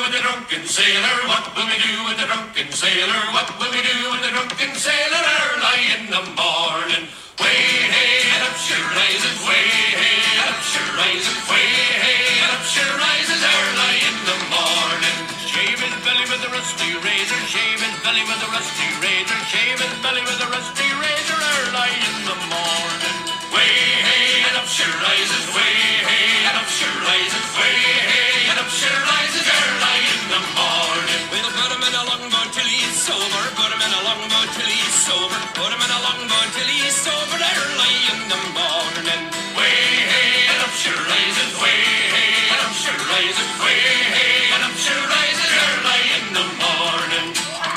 with the drunken sailor? What will we do with the drunken sailor? What will we do with the drunken sailor early in the morning? Way hey, and up she rises, way hey, and up she rises, way hey, and up she rises early in the morning. Shave his belly with a rusty razor, shave his belly with a rusty razor, shave his belly with a rusty razor early in the morning. Way hey, and up she rises, way hey, and up she rises, way hey, and up she rises early in the morning. We'll put him in a longboat till he's sober, put him in a longboat till he's sober, put him in a longboat till he's sober early in the morning. Way hey, and up she rises, way hey, and up she rises, way hey, and up she rises early in the morning.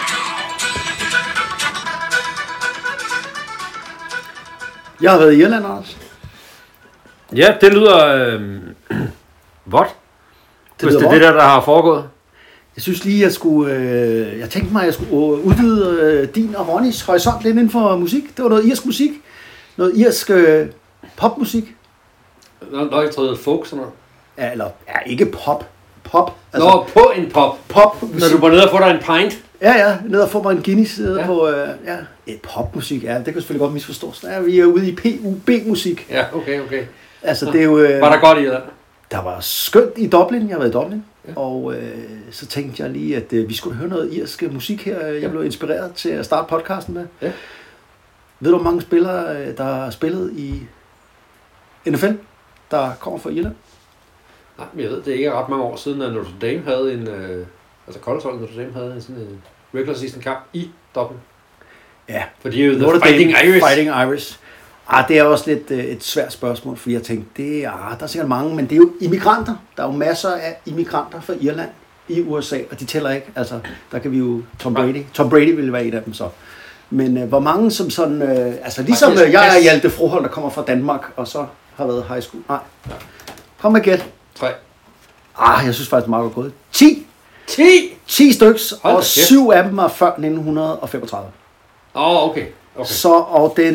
Jeg har været i Irland, Anders. Ja, det lyder vådt. Hvis det er det der har foregået. Jeg synes lige, jeg tænkte mig, at jeg skulle udvide din og Ronnys horisont lidt inden for musik. Det var noget irsk musik. Noget irsk popmusik. Nå, jeg troede folk sådan noget. Ja, eller ikke pop. Pop. Altså, nå, på en pop. Popmusik. Når du går ned og får dig en pint. Ja, ned og får mig en Guinness på popmusik. Ja, det kan selvfølgelig godt misforstås. Ja, vi er ude i PUB-musik. Ja, okay. Altså, det er jo... var der godt i det? Der var skønt i Dublin. Jeg har været i Dublin. Ja. Og så tænkte jeg lige, at vi skulle høre noget irsk musik her. Jeg blev inspireret til at starte podcasten med. Ja. Ved du, hvor mange spillere, der har spillet i NFL, der kommer fra Irland? Nej, men jeg ved, det er ikke ret mange år siden, at Notre Dame havde en... altså college-holdet Notre Dame havde sådan en regular season kamp i Dublin. Ja. For de er jo the Fighting Irish. Fighting Irish. Det er også lidt et svært spørgsmål, fordi jeg tænkte, der er sikkert mange, men det er jo immigranter. Der er jo masser af immigranter fra Irland i USA, og de tæller ikke. Altså, der kan vi jo... Tom Brady ville være en af dem så. Men hvor mange som sådan... altså, ligesom jeg er Hjalte Froholt, der kommer fra Danmark, og så har været high school. Nej. Kom med gæt. 3. Jeg synes faktisk, det er meget godt gået. 10 styks, og 7 af dem er før 1935. Okay. Så, og den,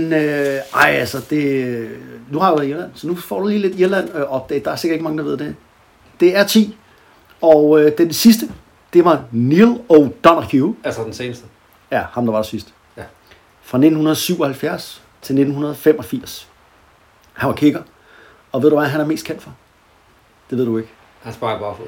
nu har jeg været i Irland, så nu får du lige lidt Irland-update. Der er sikkert ikke mange, der ved det. Det er 10, og den sidste, det var Neil O'Donoghue. Altså den seneste? Ja, ham der var der sidst. Ja. Fra 1977 til 1985. Han var kicker, og ved du hvad han er mest kendt for? Det ved du ikke. Han sparker barefod.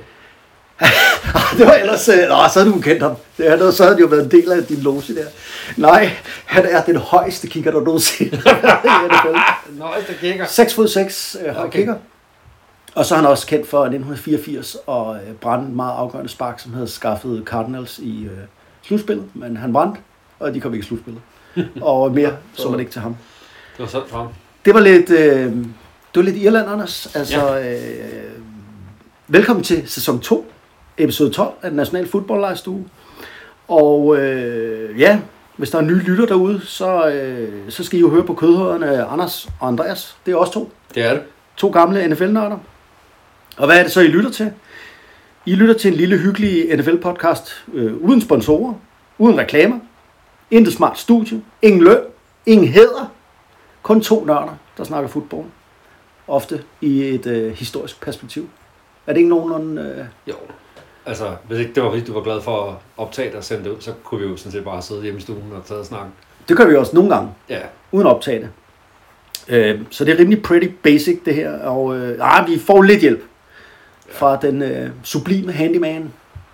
Det var ellers... så havde du kendt ham. Så havde det jo været en del af din loge der. Nej, han er den højeste kicker, der nogensinde Den højeste kicker? 6'6" høj kicker. Og så er han også kendt for 1984 og brænde en meget afgørende spark, som havde skaffet Cardinals i slutspillet. Men han brændte, og de kom ikke i slutspillet. Og mere så man ikke til ham. Det var sådan frem. Det var lidt Irland, Anders. Altså, velkommen til sæson 2. Episode 12 af den nationale fodboldlejrstue. Og hvis der er nye lytter derude, så skal I jo høre på kødhørderne Anders og Andreas. Det er også 2. Det er det. 2 gamle NFL-nørder. Og hvad er det så, I lytter til? I lytter til en lille hyggelig NFL-podcast uden sponsorer, uden reklamer, intet smart studie, ingen løn, ingen hæder. Kun 2 nørder, der snakker fodbold. Ofte i et historisk perspektiv. Er det ikke nogenlunde... Jo. Altså, hvis ikke det var fordi, du var glad for at optage det og sende det ud, så kunne vi jo sådan set bare sidde hjemme i stuen og tage og snakke. Det gør vi også nogle gange, uden at optage det. Så det er rimelig pretty basic det her, og vi får lidt hjælp fra den sublime handyman.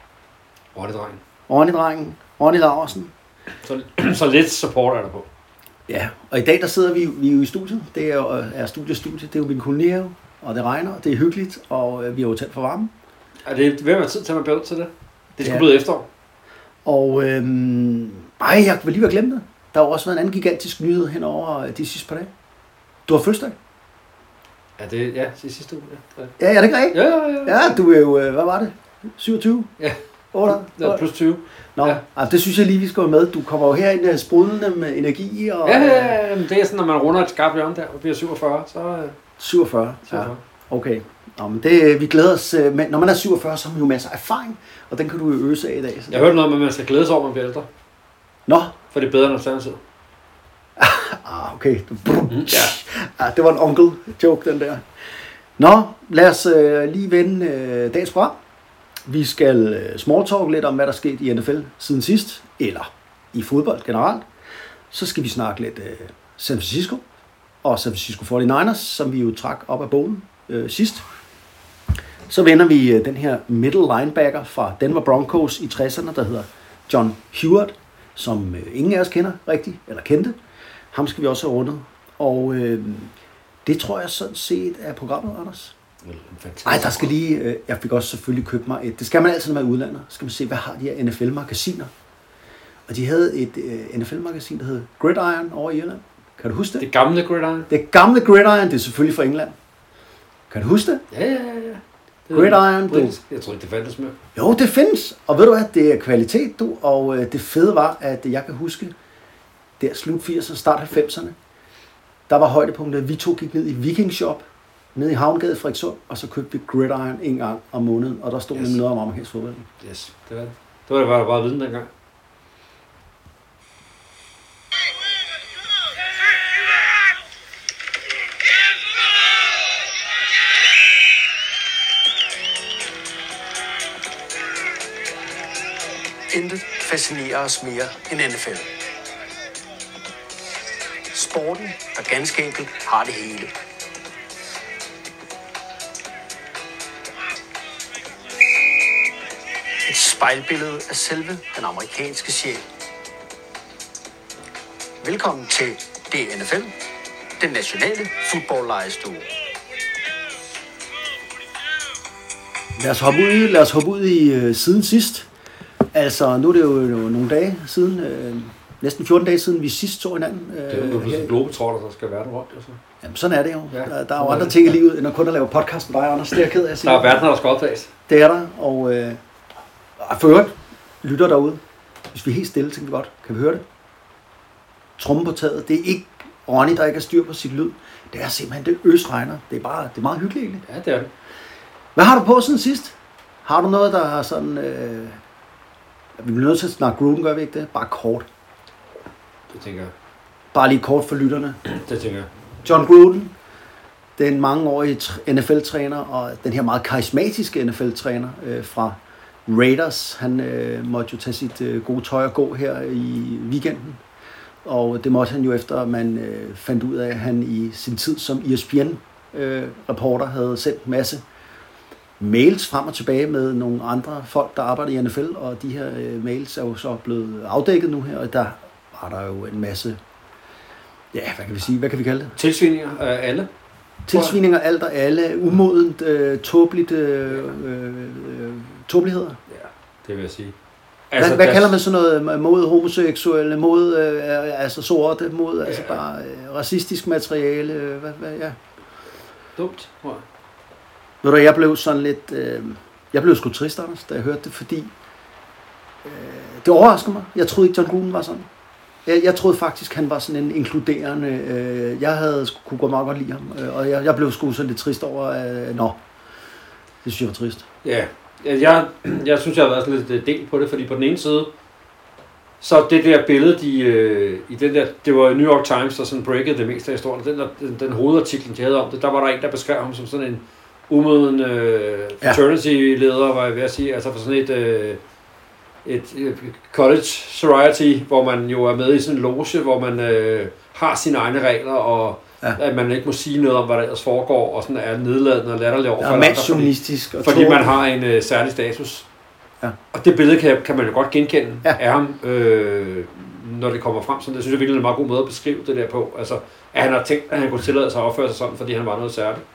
Ronny-drengen, Ronny Laursen. Så lidt support er der på. Ja, og i dag der sidder vi jo i studiet. Det er studie. Det er jo min kolonihave, og det regner, det er hyggeligt, og vi er jo tændt for varme. Er det ved at være tid til at man bliver til det? Det skulle blive efterår. Og jeg vil lige være glemt det. Der har også været en anden gigantisk nyhed henover de sidste par dage. Du har fødselsdag. Det sidste uge. Ja, er det ikke rigtigt? Ja. Ja, du er jo, hvad var det? 27? Ja. 8? Ja, plus 20. Nå, ja. Det synes jeg lige, vi skal være med. Du kommer jo herind sprudlende med energi. Og, ja, det er sådan, når man runder et skarpt hjørne der og bliver 47, så... 47? Ja, okay. Nå, men vi glæder os. Men når man er 47, så har man jo masser af erfaring, og den kan du jo øse af i dag. Jeg hørte noget med, at man skal glæde sig over, at man bliver ældre. Nå. For det er bedre, end alternativet. Okay. Ja, det var en onkel joke, den der. Nå, lad os lige vende dagens program. Vi skal small talk lidt om, hvad der er sket i NFL siden sidst, eller i fodbold generelt. Så skal vi snakke lidt San Francisco og San Francisco 49ers, som vi jo trak op af bogen sidst. Så vender vi den her middle linebacker fra Denver Broncos i 60'erne, der hedder John Hewart, som ingen af os kender rigtigt, eller kendte. Ham skal vi også have rundet. Og det tror jeg sådan set er programmet, Anders. Nej, der skal lige... jeg fik også selvfølgelig købt mig et... Det skal man altid, når man er udlandet. Så skal man se, hvad har de her NFL-magasiner. Og de havde et NFL-magasin, der hed Gridiron over i Irland. Kan du huske det? Det gamle Gridiron? Det gamle Gridiron, det er selvfølgelig fra England. Kan du huske det? Ja. Gridiron, du. Jeg tror ikke, det fandtes med. Jo, det findes. Og ved du hvad, det er kvalitet, du. Og det fede var, at jeg kan huske, der slut 80'erne, start 90'erne, der var højdepunktet, at vi to gik ned i Viking Shop, ned i Havngade i Frederikssund, og så købte vi Gridiron en gang om måneden, og der stod nemlig noget om amerikansk fodbold. Yes, det var det. Det var det bare at vide dengang. Intet fascinerer os mere end NFL. Sporten, der ganske enkelt har det hele. Et spejlbillede af selve den amerikanske sjæl. Velkommen til DNFL, den nationale fodboldlejestue. Lad os hoppe ud i siden sidst. Altså, nu er det jo nogle dage siden, næsten 14 dage siden, vi sidst så hinanden. Det er jo pludselig globetrotter, der skal være rundt. Altså. Jamen, sådan er det jo. Ja, der er jo andre ting i livet, end at kun at lave podcast med dig, Anders. Det er jeg ked af at sige. Der er verden, der skal optages. Det er der, og for øvrigt, lytter derude. Hvis vi er helt stille, tænker vi godt. Kan vi høre det? Tromme på taget. Det er ikke Ronny, der ikke har styr på sit lyd. Det er simpelthen, det øsregner. Det er meget hyggeligt egentlig. Ja, det er det. Hvad har du på siden sidst? Har du noget, der har sådan... Vi bliver nødt til at snakke Gruden, gør vi ikke det? Bare kort. Det tænker jeg. Bare lige kort for lytterne. Det tænker jeg. John Gruden, den mangeårige NFL-træner, og den her meget karismatiske NFL-træner fra Raiders. Han måtte jo tage sit gode tøj og gå her i weekenden. Og det måtte han jo efter, at man fandt ud af, at han i sin tid som ESPN-reporter havde sendt en masse mails frem og tilbage med nogle andre folk, der arbejder i NFL, og de her mails er jo så blevet afdækket nu her, og der var der jo en masse, ja, hvad kan vi sige, hvad kan vi kalde det? Tilsvininger af alle. Tilsvininger alt og alle, umodent, tåbeligheder. Ja, det vil jeg sige. Altså, hvad kalder man sådan noget mod homoseksuelle, mod altså sorte, mod altså bare racistisk materiale, ja. Dumt, tror jeg. Ved du, jeg blev sådan lidt... jeg blev sgu trist, Anders, da jeg hørte det, fordi... det overraskede mig. Jeg troede ikke, John Gruden var sådan. Jeg troede faktisk, han var sådan en inkluderende... jeg kunne meget godt lide ham, og jeg blev sgu sådan lidt trist over... det synes jeg var trist. Ja, jeg synes, jeg har været sådan lidt delt på det, fordi på den ene side, så det der billede, i den der... Det var i New York Times, der sådan breakede det meste af historien. Den hovedartiklen, de havde om det, der var der en, der beskrev ham som sådan en umoden fraternity-leder, var jeg ved at sige, altså for sådan et college sorority, hvor man jo er med i sådan en loge, hvor man har sine egne regler, og at man ikke må sige noget om, hvad der ellers foregår, og sådan er nedladende og latterlig over for mandsjournalistisk. Fordi man har en særlig status. Ja. Og det billede kan man jo godt genkende af ham, når det kommer frem. Så det synes jeg virkelig er en meget god måde at beskrive det der på. Altså, at han har tænkt, at han kunne tillade sig at opføre sig sådan, fordi han var noget særligt.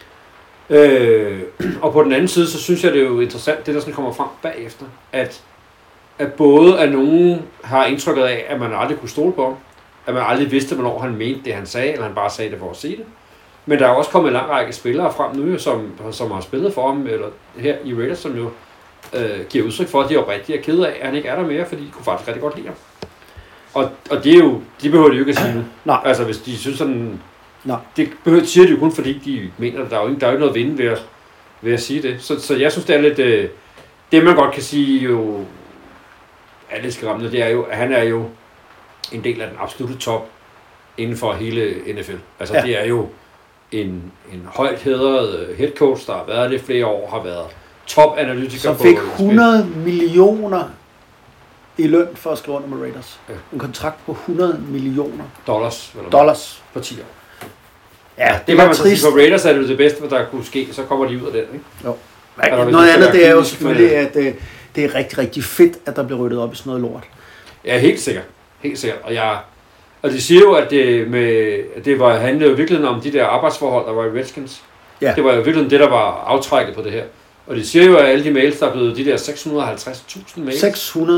Og på den anden side, så synes jeg, det er jo interessant, det der sådan kommer frem bagefter, at både at nogen har indtrykket af, at man aldrig kunne stole på ham, at man aldrig vidste, hvornår han mente det, han sagde, eller han bare sagde det for at sige det. Men der er også kommet en lang række spillere frem nu, som har spillet for ham, eller her i Raiders, som jo giver udtryk for, at de er rigtig kede af, at han ikke er der mere, fordi de kunne faktisk rigtig godt lide ham. Og det er jo, de behøver de jo ikke at sige nu. Nej. Altså hvis de synes sådan, nej. Det siger de jo kun fordi de mener, at der er jo ikke noget at vinde ved at sige det. Så jeg synes det er lidt, det man godt kan sige jo, er lidt skræmmende, det er jo, at han er jo en del af den absolutte top inden for hele NFL. Altså det er jo en højt hædret head coach, der har været det flere år, har været top analytiker. Som fik 100 millioner i løn for at skrive under med Raiders. Ja. En kontrakt på 100 millioner dollars på 10 år. Ja, det var trist. For Raiders er det bedste, hvad der kunne ske, så kommer de ud af den, ikke? Jo. Noget andet, det er jo selvfølgelig, at det er rigtig, rigtig fedt, at der bliver ryddet op i sådan noget lort. Ja, helt sikkert. Helt sikkert. Og de siger jo, at det handlede jo virkelig om de der arbejdsforhold, der var i Redskins. Ja. Det var jo virkelig det, der var aftrækket på det her. Og de siger jo, at alle de mails, der er blevet de der 650.000 mails.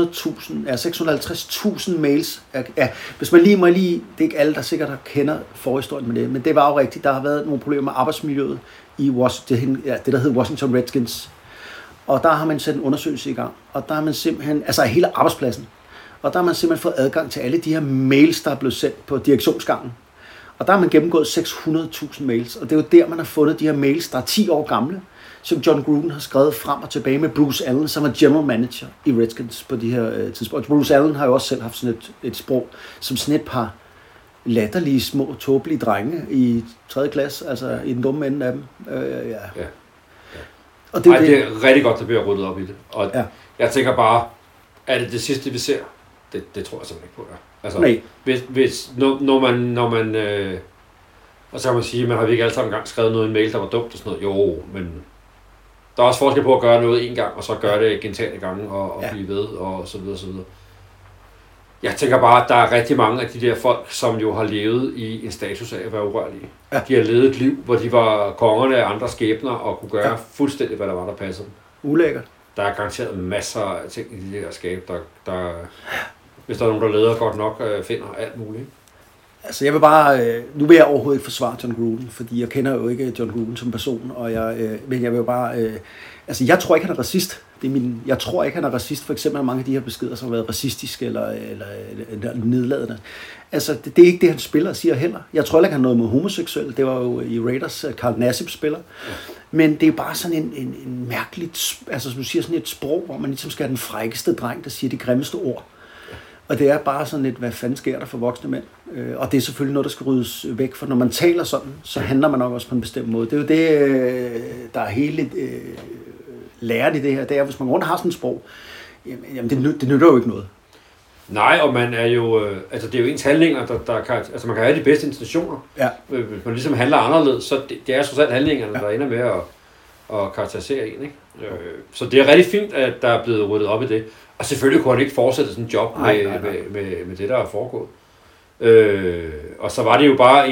650.000 mails. Ja, hvis man lige det er ikke alle, der sikkert kender forhistorien med det, men det var jo rigtigt. Der har været nogle problemer med arbejdsmiljøet i det, der hedder Washington Redskins. Og der har man sat en undersøgelse i gang. Og der har man simpelthen, altså hele arbejdspladsen. Og der har man simpelthen fået adgang til alle de her mails, der er blevet sendt på direktionsgangen. Og der har man gennemgået 600.000 mails. Og det er jo der, man har fundet de her mails, der er 10 år gamle, som John Gruden har skrevet frem og tilbage med Bruce Allen, som er general manager i Redskins på de her tidspunkter. Bruce Allen har jo også selv haft sådan et sprog, som sådan et par latterlige, små, tåbelige drenge i 3. klasse, altså i den dumme ende af dem. Ja. Og det er rigtig godt, at der bliver ryddet op i det. Og jeg tænker bare, er det sidste, vi ser? Det tror jeg simpelthen ikke på. Altså, nej. Når man og så kan man sige, at man har ikke alle sammen engang skrevet noget i en mail, der var dumt og sådan noget. Jo, men der er også forskel på at gøre noget en gang, og så gøre det gentagne gange og blive ved, og så videre, så videre. Jeg tænker bare, at der er rigtig mange af de der folk, som jo har levet i en status af at være urørlige. Ja. De har levet et liv, hvor de var kongerne af andre skæbner og kunne gøre fuldstændig, hvad der var, der passede dem. Ulækkert. Der er garanteret masser af ting i de der skab, der hvis der er nogen, der leder godt nok, finder alt muligt. Altså jeg vil bare, nu vil jeg overhovedet ikke forsvare John Gruden, fordi jeg kender jo ikke John Gruden som person, og men jeg vil bare, altså jeg tror ikke, han er racist. Jeg tror ikke, han er racist, for eksempel mange af de her beskeder, som har været racistiske eller nedladende. Altså det er ikke det, han spiller og siger heller. Jeg tror ikke, han har noget med homoseksuel. Det var jo i Raiders, Carl Nassib spiller. Men det er bare sådan en mærkeligt, altså som du siger, sådan et sprog, hvor man ligesom skal have den frækkeste dreng, der siger de grimmeste ord. Og det er bare sådan lidt, hvad fanden sker der for voksne mænd? Og det er selvfølgelig noget, der skal ryddes væk, for når man taler sådan, så handler man nok også på en bestemt måde. Det er jo det, der er hele lært i det her. Det er, hvis man rundt har sådan et sprog, jamen det nytter jo ikke noget. Nej, og man er jo, altså det er jo ens handlinger, der kan, altså man kan have de bedste intentioner. Ja. Hvis man ligesom handler anderledes, så det er trods alt handlingerne, der ender med at karakterisere en, ikke? Så det er rigtig fint, at der er blevet ryddet op i det. Og selvfølgelig kunne han ikke fortsætte sådan en job med det, der er foregået. Og så var det jo bare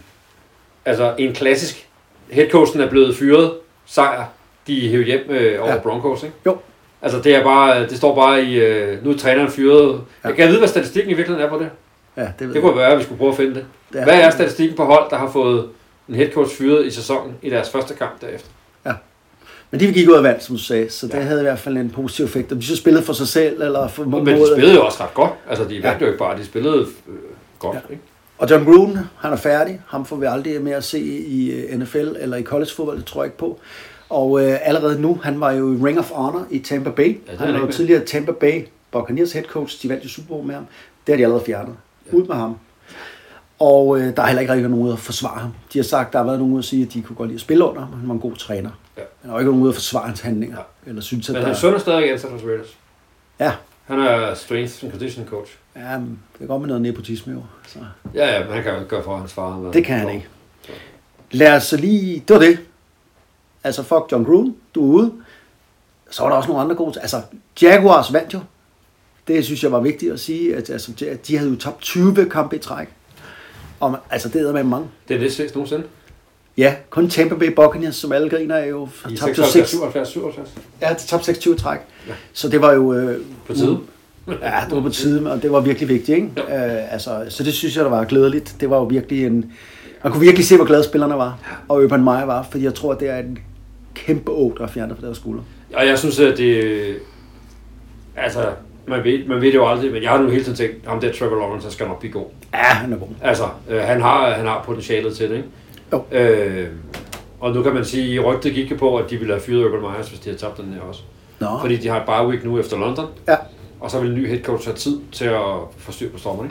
en klassisk headcoachen er blevet fyret sejr, de hævde hjem over Broncos, ikke? Jo. Altså det står bare i, nu er træneren fyret. Jeg kan vide, hvad statistikken i virkeligheden er på det. Ja, det kunne være, at vi skulle prøve at finde det. Hvad er statistikken på hold, der har fået en headcoach fyret i sæsonen i deres første kamp derefter? Ja. Men de gik ud af vand, som du sagde, så det havde i hvert fald en positiv effekt. Om de så spillede for sig selv, eller for men de spillede jo også ret godt. Altså, de vandt jo ikke bare, de spillede godt, ikke? Og John Gruden, han er færdig. Ham får vi aldrig mere at se i NFL eller i collegefodbold, det tror jeg ikke på. Og allerede nu, han var jo i Ring of Honor i Tampa Bay. Han var jo tidligere Tampa Bay Buccaneers head coach. De vandt jo Super Bowl med ham. Det har de allerede fjernet. Ud med ham. Og der er heller ikke rigtig nogen ude at forsvare ham. De har sagt, der har været nogen ude at sige, at de kunne godt lide at spille under ham. Han var en god træner. Ja. Men der er ikke nogen ude at forsvare hans handlinger. Ja. Eller synes, men han søn er stadig ansat hos Raiders. Ja. Han er strength and conditioning coach. Ja, det er godt med noget nepotisme jo. Så. Ja, men han kan jo ikke gøre for hans far. Det kan han ikke. Lad os lige... Det var det. Altså, fuck John Gruden, du er ude. Så var der også nogle andre gode... Altså, Jaguars vandt jo. Det synes jeg var vigtigt at sige. At de havde jo tabt 20 kampe i træk. Og, altså, det er med mange. Det er det sidste nogensinde. Ja, kun Tampa Bay Buccaneers, som alle griner er jo... I 76. Ja, de tabte 26 træk. Ja. Så det var jo... på tide. Ja, det var på tide, og det var virkelig vigtigt, ikke? Så det synes jeg, der var glædeligt. Det var jo virkelig en... Man kunne virkelig se, hvor glade spillerne var, og Urban Meyer var, fordi jeg tror, at det er en kæmpe å, der er fjernet fra deres skuldre. Og jeg synes, at det... Altså, man ved det jo aldrig, men jeg har nu hele tiden tænkt, ham der Trevor Lawrence, han skal nok blive god. Ja, han er god. Altså, han har potentialet til det, ikke? Jo. Og nu kan man sige, at rygtet gik på, at de ville have fyret Urban Meyer, hvis de havde tabt den her også. Nå. Fordi de har et bye week nu efter London. Ja. Og så vil en ny head coach have tid til at få styr på stormen,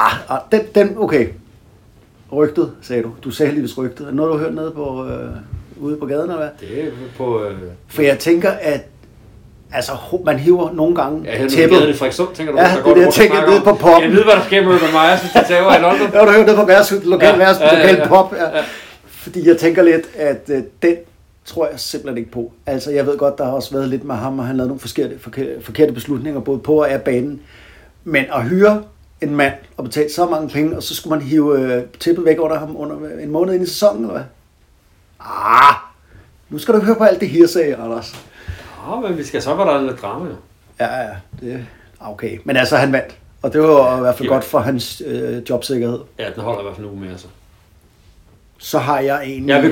ikke? Okay. Rygtet, sagde du. Du sagde lige, hvis rygtet. Er noget, du har hørt nede på ude på gaden, eller hvad? Det er på... For jeg tænker, at altså, man hiver nogle gange tæppet. Ja, i Frederikssund, tænker du? Ja, det er det, jeg tænker nede på poppen. Jeg ved, hvad der sker med mig, jeg synes, jeg tager i London. Ja, du hører nede på lokal pop. Ja. Fordi jeg tænker lidt, at den tror jeg simpelthen ikke på. Altså, jeg ved godt, der har også været lidt med ham, og han lavede nogle forkerte beslutninger, både på og af banen. Men at hyre en mand og betale så mange penge, og så skulle man hive tæppet væk under ham under en måned ind i sæsonen, eller hvad? Nu skal du høre på alt det her, sagde Anders. Ja, men vi skal så være der lidt drama, jo. Ja, det er okay. Men altså, han vandt. Og det var i hvert fald godt for hans jobsikkerhed. Ja, den holder i hvert fald en uge mere, så. Så har jeg en... Jeg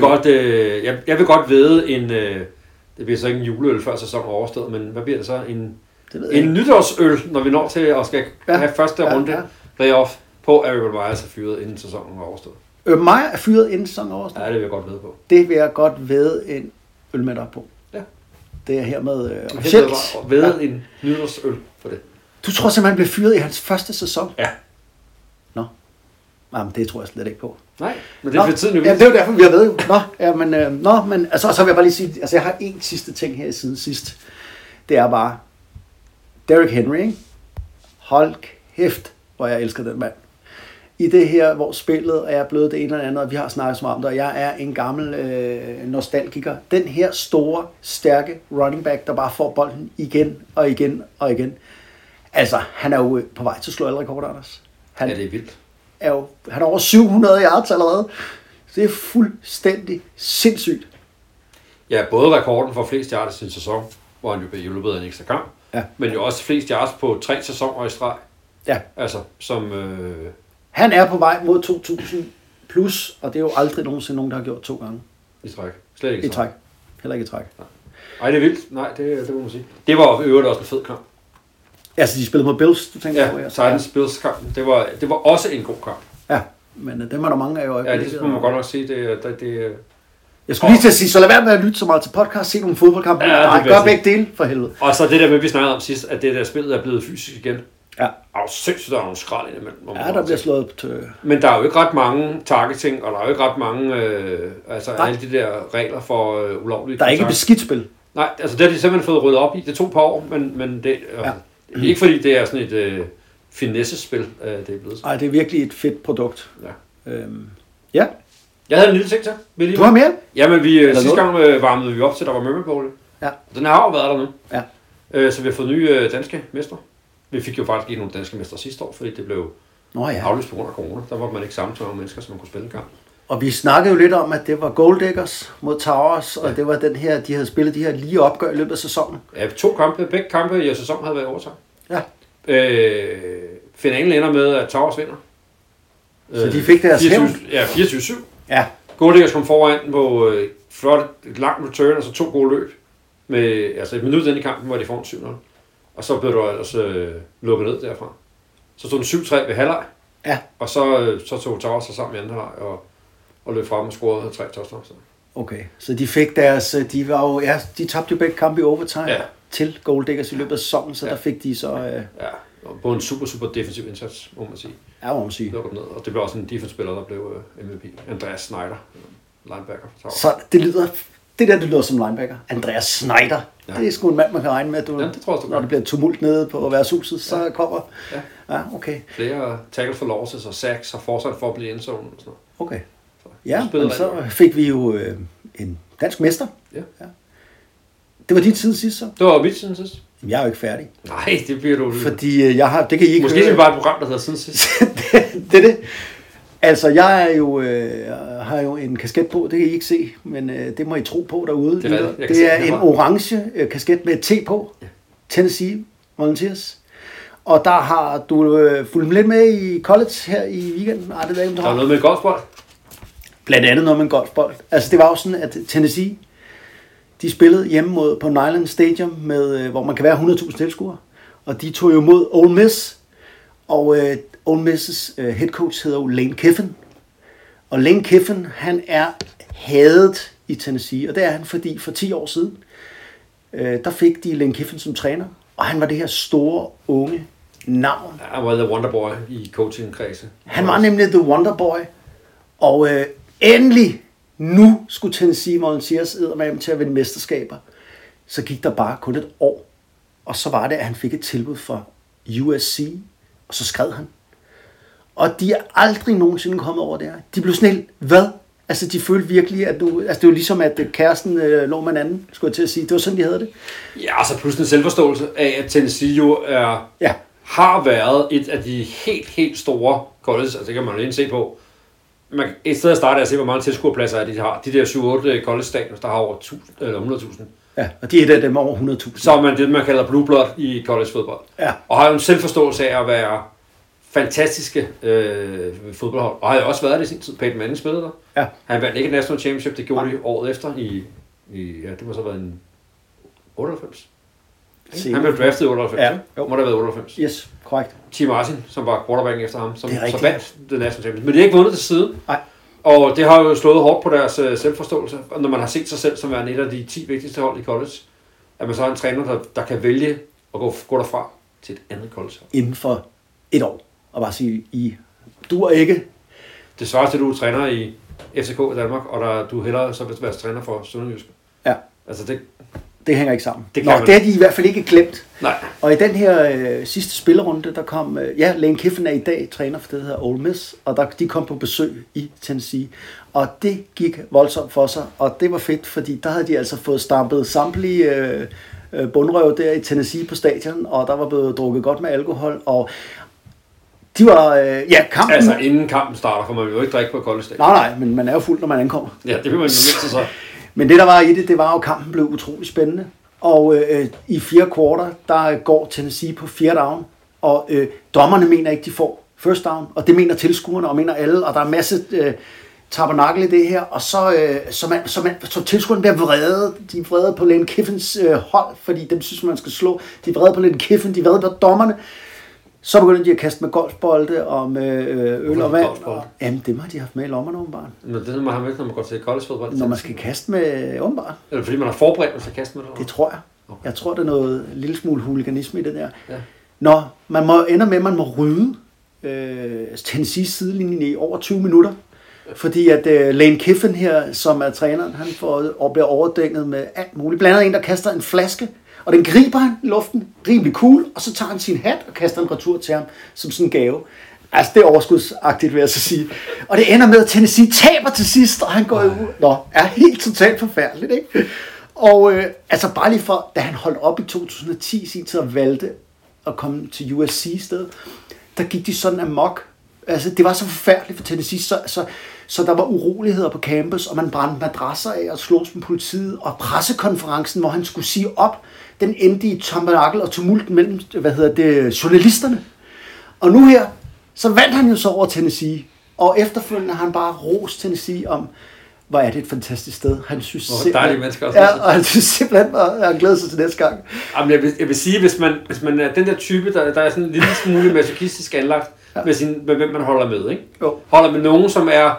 vil godt vide en... det bliver så ikke en juleøl før sæsonen overstået, men hvad bliver det så? En nytårsøl, når vi når til at skal have første runde playoff på Aaron Myers er fyret, inden sæsonen er overstået. Meyer er fyret, inden sæsonen er overstået? Ja, det vil jeg godt vide på. Det vil jeg godt vide en øl med dig på. Ja. Det er hermed officielt. Vide en nytårsøl for det. Du tror simpelthen, han blev fyret i hans første sæson? Ja. Nå. Jamen, det tror jeg slet ikke på. Nej, men det er for tiden jo. Ja, det er jo derfor, vi har været jo. Men altså, så vil jeg bare lige sige, altså jeg har en sidste ting her siden sidst. Det er bare, Derrick Henry, ikke? Hold kæft, hvor jeg elsker den mand. I det her, hvor spillet er blevet det ene eller andet, og vi har snakket så meget om det, og jeg er en gammel nostalgiker. Den her store, stærke running back, der bare får bolden igen og igen og igen. Altså, han er jo på vej til at slå alle rekorder, Anders. Ja, det er vildt. Han er over 700 yards allerede. Det er fuldstændig sindssygt. Ja, både rekorden for flest yards i en sæson, hvor han jo blev hjulpet af en ekstra kamp, men jo også flest yards på 3 sæsoner i streg. Ja. Altså, som... Han er på vej mod 2000 plus, og det er jo aldrig nogensinde nogen, der har gjort 2 gange. I træk. Slet ikke i træk. Heller ikke i træk. Nej, det er vildt. Nej, det må man sige. Det var i øvrigt også en fed kamp. Altså, de spillede mod Bills, du tænker på? Ja, Titans Bills kampen. Det var også en god kamp. Ja, men dem er der mange af i øjeblikket. Ja, det må man godt nok sige. Jeg skulle lige til at sige, så lad være med at lytte så meget til podcast, se nogle fodboldkampe. Nej, gør begge dele for helvede. Og så det der med, vi snakkede om sidst, at det der spillet er blevet fysisk igen. Ja. Sindssygt, der er nogle skrald indimellem. Ja, der bliver slået på Men der er jo ikke ret mange targeting, og der er jo ikke ret mange, alle de der regler for ulovlige. Der er ikke beskidt spil. Nej, altså det har de simpelthen fået ryddet op i. Det tog et par år, men det ikke fordi det er sådan et finesse-spil, det er blevet. Nej, det er virkelig et fedt produkt. Ja. Ja. Jeg havde en lille ting til. Du har mere? Jamen, sidste gang varmede vi op til, der var Murray Bowl. Ja. Den har jo været der nu. Ja. Så vi har fået nye danske mestre. Vi fik jo faktisk ikke nogle danske mestre sidste år, fordi det blev aflyst på grund af corona. Der var man ikke sammen med mennesker, som man kunne spille en kamp. Og vi snakkede jo lidt om, at det var Gold Diggers mod Towers, og det var den her, de havde spillet de her lige opgør i løbet af sæsonen. Ja, 2 kampe. Begge kampe i sæsonen havde været overtaget. Ja. Finalen ender med, at Towers vinder. Så de fik deres hævn? Ja, 24-7. Ja. Gold Diggers kom foran på flot, et langt return, og så 2 gode løb. Med, altså et minut ind i kampen, hvor de får en 7-0. Og så blev der ellers lukket ned derfra. Så stod den 7-3 ved halvleg. Ja. Og så tog Towers sig sammen i anden halvleg og løb frem og scorede 3 touchdowns. Okay, så de fik deres, de tabte jo begge kampe i overtime til Gold Diggers i løbet af sæsonen, så der fik de så... Ja, på en super defensiv indsats, må man sige. Ja, må man sige. Ned. Og det blev også en defense-spiller, der blev MVP. Andreas Snyder, linebacker for Towers. Så det lyder som linebacker. Andreas Snyder. Ja. Det er sgu en mand, man kan regne med, at det tror jeg, når det bliver tumult nede på værtshuset, så kommer... Ja, okay. Flere tackles for losses og sacks og forsat for at blive endzone og sådan noget. Okay. Men så fik vi jo en dansk mester. Ja. Det var dit tid sidst, så? Det var mit siden sidst. Jeg er jo ikke færdig. Nej, det bliver du... Fordi jeg har... Det kan I ikke måske høre. Det er bare et program, der hedder siden sidst. det. Altså, jeg er jo, har jo en kasket på, det kan I ikke se, men det må I tro på derude. Det er en orange kasket med et T på. Ja. Tennessee Volunteers. Og der har du fulgt lidt med i college her i weekenden. Der er noget med golfbold. Blandt andet noget med golfbold. Altså, det var jo sådan, at Tennessee, de spillede hjemme på Neyland Stadium, hvor man kan være 100.000 tilskuere. Og de tog jo mod Ole Miss. Og Ole Miss' head coach hedder jo Lane Kiffin. Og Lane Kiffin, han er hadet i Tennessee. Og det er han, fordi for 10 år siden, der fik de Lane Kiffin som træner. Og han var det her store, unge navn. Han var the wonderboy i coaching-kredse. Han var nemlig the wonderboy. Og endelig nu skulle Tennessee Volunteers eddermame til at vinde mesterskaber. Så gik der bare kun et år, og så var det, at han fik et tilbud fra USC, og så skrev han. Og de er aldrig nogensinde kommet over det her. De blev sådan helt, hvad? Altså, de følte virkelig, at du... Altså, det var ligesom, at kæresten lå med en anden, skulle jeg til at sige. Det var sådan, de havde det. Ja, så pludselig en selvforståelse af, at Tennessee jo har været et af de helt store colleges. Altså, det kan man jo se på. Et sted at starte er at se, hvor mange tilskuerpladser er de har. De der 7-8 college-stadions, der har over 1.000 eller 100.000. Ja, og de er et af dem over 100.000. Så er man det, man kalder blue blood i college-fodbold. Ja. Og har jo en selvforståelse af at være fantastiske fodboldhold. Og har jo også været det i sin tid. Peyton Manning spillede der. Ja. Han vandt ikke et national championship, det gjorde de året efter ja, det må så have været en 98. Han blev draftet i 98, ja. Jo. Må det have været 98. Yes, korrekt. Tim Martin, som var quarterbacken efter ham, som så vandt det national championship. Men de har ikke vundet til siden. Nej. Og det har jo slået hårdt på deres selvforståelse. Og når man har set sig selv som værende et af de 10 vigtigste hold i college, at man så har en træner, der kan vælge at gå derfra til et andet college. Inden for et år. Og bare sige, I duer ikke. Det svarer til, at du er træner i FCK i Danmark, og du hellere så vil være træner for Sønderjysk. Ja. Altså det hænger ikke sammen. Det har de i hvert fald ikke glemt. Nej. Og i den her sidste spillerunde, der kom... Lane Kiffin er i dag træner for det, der hedder Ole Miss, og de kom på besøg i Tennessee. Og det gik voldsomt for sig, og det var fedt, fordi der havde de altså fået stampet samtlige bundrøv der i Tennessee på stadion, og der var blevet drukket godt med alkohol, og de var... kampen... Altså inden kampen starter, for man vil jo ikke drikke på college stadion. Nej, men man er jo fuld, når man ankommer. Ja, det vil man jo nødt til så. Men det, der var i det var jo, at kampen blev utrolig spændende. Og i 4 kvarter, der går Tennessee på 4. down. Og dommerne mener ikke, de får first down. Og det mener tilskuerne, og mener alle. Og der er en masse tabernakel i det her. Og så tilskuerne bliver vrede. De er vrede på Lane Kiffins hold, fordi dem synes, man skal slå. De er vrede på Lane Kiffin, de er vrede på dommerne. Så begynder de at kaste med golfbolde og med øl og vand. Jamen, dem har de haft med i lommerne, åbenbart. Men det er man har med, når man går til collegefodbold. Når man skal kaste med, åbenbart. Eller fordi man har forberedt sig til at kaste med det? Det tror jeg. Okay. Jeg tror, det er noget lille smule huliganisme i det der. Ja. Når man ender med, at man må rydde Tennessees sidelinjen i over 20 minutter. Fordi at Lane Kiffin her, som er træneren, han bliver overdænget med alt muligt. Blandt andet en, der kaster en flaske. Og den griber han i luften, rimelig cool, og så tager han sin hat og kaster en retur til ham som sådan en gave. Altså, det er overskudsagtigt, vil jeg så sige. Og det ender med, at Tennessee taber til sidst, og han går jo er helt totalt forfærdeligt, ikke? Og altså bare lige for, da han holdt op i 2010 i sin tid og valgte at komme til USC i stedet, der gik de sådan amok. Altså, det var så forfærdeligt for Tennessee, så der var uroligheder på campus, og man brændte madrasser af og slogs med politiet, og pressekonferencen, hvor han skulle sige op, den endte i tabernakel og tumult mellem, journalisterne. Og nu her, så vandt han jo så over Tennessee, og efterfølgende har han bare rost Tennessee om, hvor er det et fantastisk sted. Han synes dejlige mennesker også. Ja, og han synes simpelthen, at han glæder sig til næste gang. Jamen, jeg vil sige, hvis man er den der type, der er sådan en lille smule masochistisk anlagt, med hvem man holder med, ikke? Jo. Holder med nogen, som er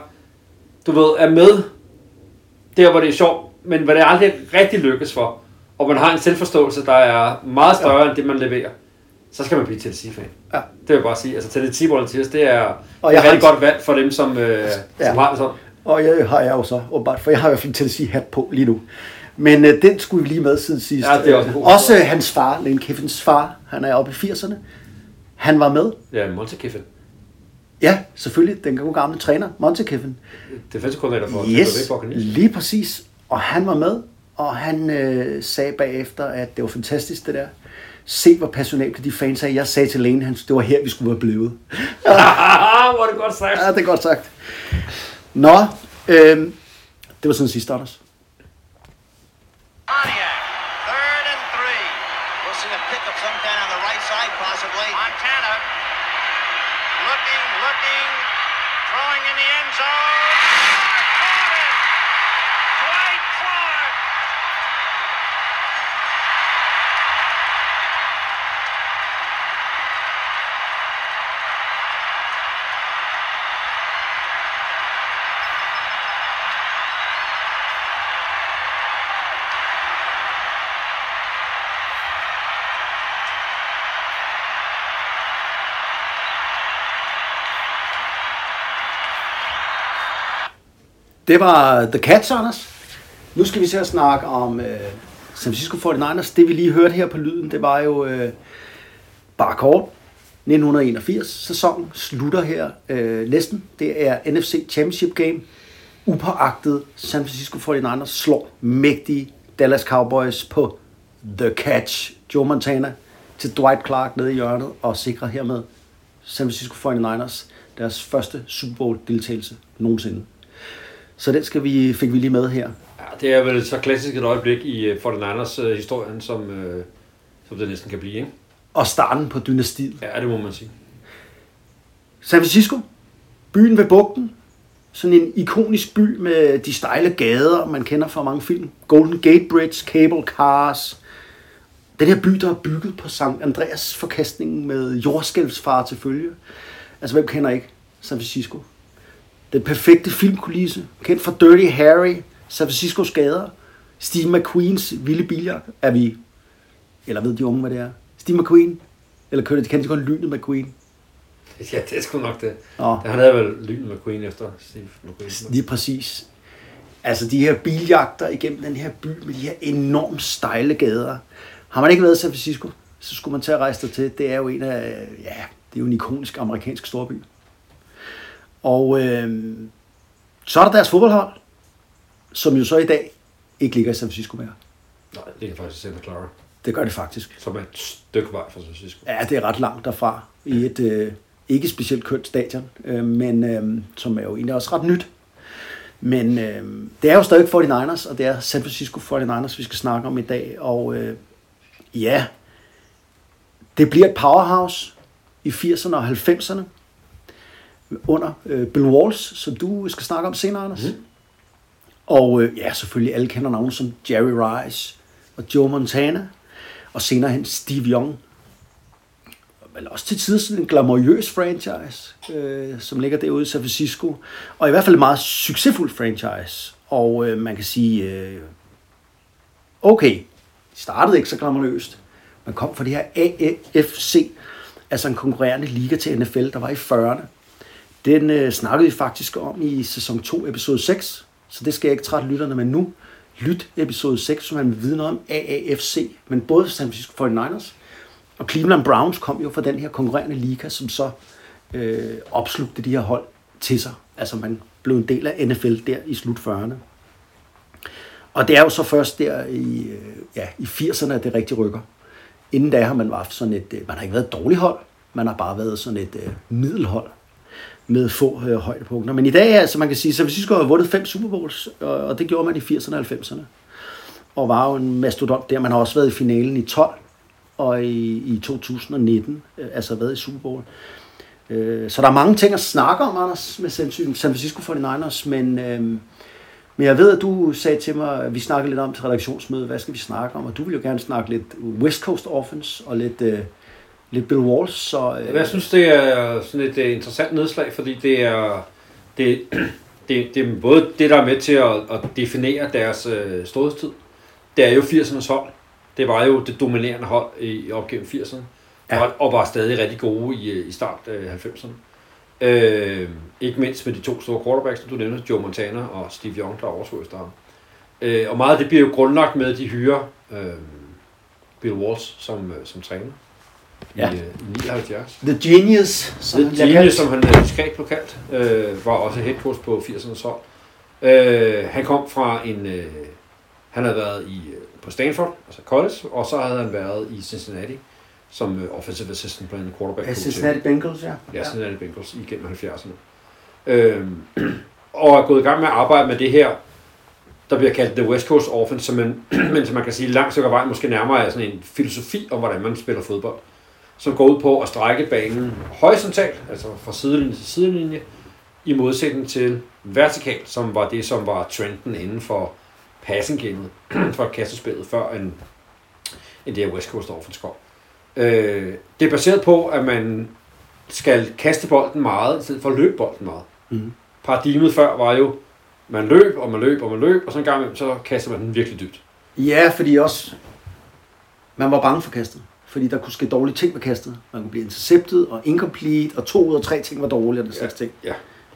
med der, hvor det er sjovt, men hvor det aldrig rigtig lykkes for, og man har en selvforståelse, der er meget større end det, man leverer, så skal man blive Tennessee-fan. Ja. Det vil jeg bare sige. Altså, Tennessee Volunteers, det er et rigtig godt valg for dem, som har det sådan. Og jeg har jo så, åbenbart, for jeg har i hvert fald en Tennessee-hat på lige nu. Men den skulle vi lige med siden sidst. Ja, det er også hans far, Lane Kiffins far, han er oppe i 80'erne. Han var med. Ja, Monte Kiffin. Ja, selvfølgelig. Den gode gamle træner, Monte Kiffin. Defensive coordinator for Yes, lige præcis. Og han var med, og han sagde bagefter, at det var fantastisk det der. Se, hvor passionable de fans er. Jeg sagde til Lane, det var her, vi skulle være blevet. Hvor er det godt sagt. Ja, det er godt sagt. Nå, det var sådan sidst, Anders. Pontiac, 3rd and 3. We'll see a pickup sometime on the right side, possibly. Montana, looking, throwing in the end zone. Dwight Clark! Det var The Cats, Anders. Nu skal vi til at snakke om San Francisco 49ers. Det vi lige hørte her på lyden, det var jo bare kort. 1981 sæsonen slutter her næsten. Det er NFC Championship Game. Upåagtet San Francisco 49ers slår mægtige Dallas Cowboys på The Catch. Joe Montana til Dwight Clark nede i hjørnet og sikrer hermed San Francisco 49ers deres første Super Bowl deltagelse nogensinde. Så den fik vi lige med her. Ja, det er vel så klassisk et øjeblik i 49ers historien, som det næsten kan blive, ikke? Og starten på dynastiet. Ja, det må man sige. San Francisco, byen ved bugten. Sådan en ikonisk by med de stejle gader, man kender fra mange film. Golden Gate Bridge, cable cars. Den her by, der er bygget på Sankt Andreas forkastningen med jordskælvsfare til følge. Altså, hvem kender ikke San Francisco? Den perfekte filmkulisse, kendt fra Dirty Harry, San Franciscos gader, Steve McQueens vilde biljagt. Eller ved de unge, hvad det er? Steve McQueen? Eller kan de godt lynet McQueen? Ja, det er sgu nok det. Nå. Han havde vel lynet McQueen efter Steve McQueen. Lige præcis. Altså de her biljagter igennem den her by med de her enormt stejle gader. Har man ikke været i San Francisco, så skulle man tage at rejse til. Det er jo det er jo en ikonisk amerikansk storby. Og så er der deres fodboldhold, som jo så i dag ikke ligger i San Francisco mere. Nej, det ligger faktisk i Santa Clara. Det gør det faktisk. Som er et stykke vej fra San Francisco. Ja, det er ret langt derfra i et ikke specielt kønt stadion, men som er jo egentlig også ret nyt. Men det er jo stadig 49ers, og det er San Francisco 49ers, vi skal snakke om i dag. Og det bliver et powerhouse i 80'erne og 90'erne under Bill Walsh, som du skal snakke om senere, Anders. Mm. Og selvfølgelig alle kender navne som Jerry Rice og Joe Montana, og senere hen Steve Young. Men også til tider sådan en glamourøs franchise, som ligger derude i San Francisco, og i hvert fald en meget succesfuld franchise. Og man kan sige, okay, de startede ikke så glamourøst. Man kom fra det her AFC, altså en konkurrerende liga til NFL, der var i 40'erne. Den snakkede vi faktisk om i sæson 2, episode 6, så det skal jeg ikke trætte lytterne med nu. Lyt episode 6, som man vil vide noget om AAFC, men både San Francisco 49ers og Cleveland Browns kom jo fra den her konkurrerende liga, som så opslugte de her hold til sig. Altså man blev en del af NFL der i slut 40'erne. Og det er jo så først der i 80'erne, at det rigtig rykker. Inden da har man været sådan man har ikke været et dårligt hold, man har bare været sådan et middelhold med få højdepunkter. Men i dag, altså man kan sige, San Francisco har vundet 5 Super Bowls, og det gjorde man i 80'erne og 90'erne. Og var jo en mastodont der. Man har også været i finalen i 12 og i 2019, altså været i Super Bowl. Så der er mange ting at snakke om, Anders, med San Francisco 49ers, men jeg ved, at du sagde til mig, at vi snakkede lidt om til redaktionsmødet, hvad skal vi snakke om, og du vil jo gerne snakke lidt West Coast Offense og lidt Bill Walsh. Så, jeg synes, det er sådan et interessant nedslag, fordi det er både det, der er med til at definere deres storhedstid. Det er jo 80'ernes hold. Det var jo det dominerende hold op gennem 80'erne, og var stadig rigtig gode i start af 90'erne. Ikke mindst med de 2 store quarterbacks, som du nævnte, Joe Montana og Steve Young, der overtog i starten. Og meget af det bliver jo grundlagt med, at de hyrer Bill Walsh som træner i 79. The Genius, som han diskret blev kaldt, var også head coach på 80'ernes hold. Han kom fra han havde været på Stanford, altså college, og så havde han været i Cincinnati som offensive assistant på en quarterback coach. Cincinnati Bengals, Ja, Cincinnati Bengals igennem 70'erne. Og er gået i gang med at arbejde med det her, der bliver kaldt The West Coast Offense, men som man kan sige langt stykke vej måske nærmere er sådan en filosofi om, hvordan man spiller fodbold, som går ud på at strække banen horisontalt, altså fra sidelinje til sidelinje, i modsætning til vertikalt, som var det, som var trenden inden for passing-gamet, for kastespillet, før en det her West Coast Offense kom. Det er baseret på, at man skal kaste bolden meget, i stedet for at løbe bolden meget. Mm. Paradigmet før var jo, man løb, og så en gang så kaster man den virkelig dybt. Ja, fordi også, man var bange for kastet. Fordi der kunne ske dårlige ting med kastet. Man kunne blive interceptet og incomplete, og 2 ud af 3 ting var dårlige, og den slags ting. Ja.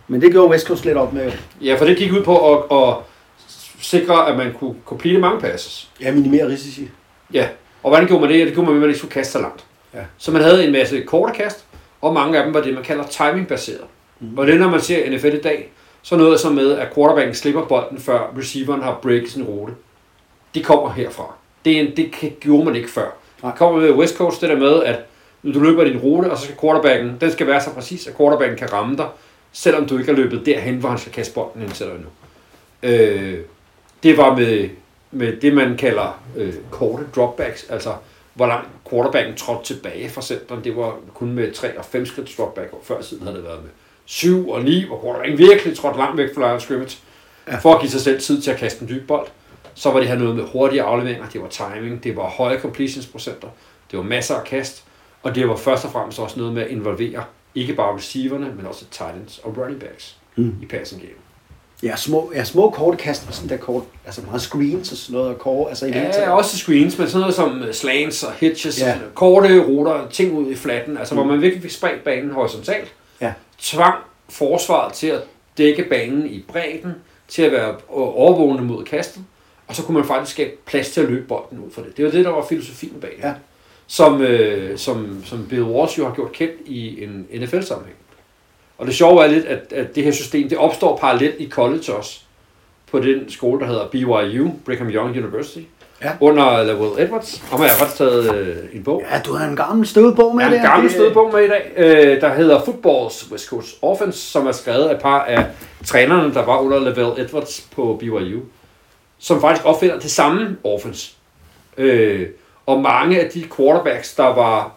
Men det gjorde West Coast lidt op med. Ja, for det gik ud på at sikre, at man kunne complete mange passes. Ja, minimere risici. Ja, og hvordan gjorde man det? Det gjorde man ved, at man ikke skulle kaste så langt. Ja. Så man havde en masse korte kast, og mange af dem var det, man kalder timing-baseret. Og det, når man ser NFL i dag, så noget som med, at quarterbacken slipper bolden, før receiveren har breaket sin rute. Det kommer herfra. Det gjorde man ikke før. Det kommer med West Coast, det der med, at du løber din rute, og så skal quarterbacken, den skal være så præcis, at quarterbacken kan ramme dig, selvom du ikke har løbet derhen, hvor han skal kaste bolden ind til dig nu. Det var med det, man kalder korte dropbacks, altså hvor langt quarterbacken trådte tilbage fra centeren. Det var kun med 3 og 5 skridt dropback, og før siden havde det været med 7 og 9, hvor quarterbacken virkelig trådte langt væk fra line of scrimmage, for at give sig selv tid til at kaste en dyb bold. Så var det her noget med hurtige afleveringer, det var timing, det var høje completionsprocenter, det var masser af kast, og det var først og fremmest også noget med at involvere ikke bare receiverne, men også tight ends og running backs i passing game. Ja, små korte kast og sådan der kort, altså meget screens og sådan noget, og kort, altså i ja, også screens, men sådan noget som slants og hitches, korte ruter, ting ud i flatten, altså hvor man virkelig fik spredt banen horisontalt, tvang forsvaret til at dække banen i bredden, til at være overvågende mod kastet, og så kunne man faktisk skabe plads til at løbe bolden ud for det. Det var det, der var filosofien bag det. Ja. Som Bill Walsh jo har gjort kendt i en NFL-sammenhæng. Og det sjove er lidt, at det her system, det opstår parallelt i college også, på den skole, der hedder BYU, Brigham Young University, under Lavelle Edwards. Og jeg har faktisk taget en bog. Ja, du har en gammel stødebog med. En gammel stødebog med i dag, der hedder Football's West Coast Offense, som er skrevet af et par af trænerne, der var under Lavelle Edwards på BYU, som faktisk opfinder det samme offense. Og mange af de quarterbacks, der var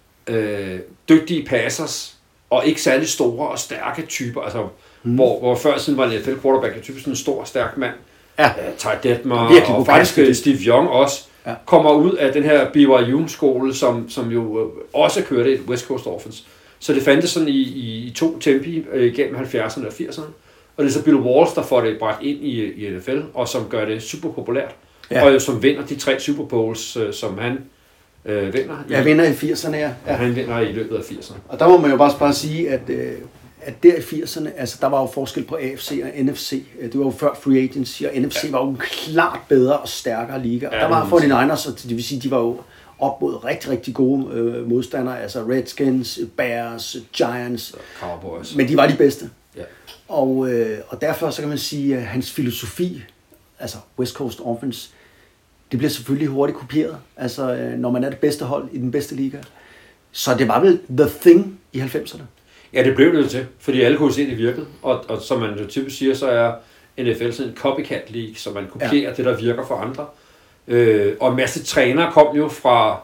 dygtige passers, og ikke særlig store og stærke typer, altså hvor før siden var en NFL quarterback typisk sådan en stor, stærk mand, Ty Detmer og faktisk Steve Young også, kommer ud af den her BYU-skole, som jo også kørte et West Coast offense. Så det fandtes sådan i 2 tempi gennem 70'erne og 80'erne, og det er så Bill Walsh, der får det bragt ind i NFL, og som gør det super populært, og som vinder de 3 Super Bowls, som han vinder. Vinder i 80'erne, ja. Han vinder i løbet af 80'erne. Og der må man jo bare sige, at der i 80'erne, altså der var jo forskel på AFC og NFC. Det var jo før free agency, og NFC var jo klart bedre og stærkere liga. Og der var 49ers, og det vil sige, de var jo op mod rigtig, rigtig gode modstandere, altså Redskins, Bears, Giants, Cowboys. Men de var de bedste. Ja. Og derfor så kan man sige, at hans filosofi, altså West Coast Offense, det bliver selvfølgelig hurtigt kopieret, altså når man er det bedste hold i den bedste liga. Så det var vel the thing i 90'erne? Ja, det blev det til, fordi alle kunne se, det virkede. Og som man jo typisk siger, så er NFL sådan en copycat league, så man kopierer det, der virker for andre. Og en masse trænere kom jo fra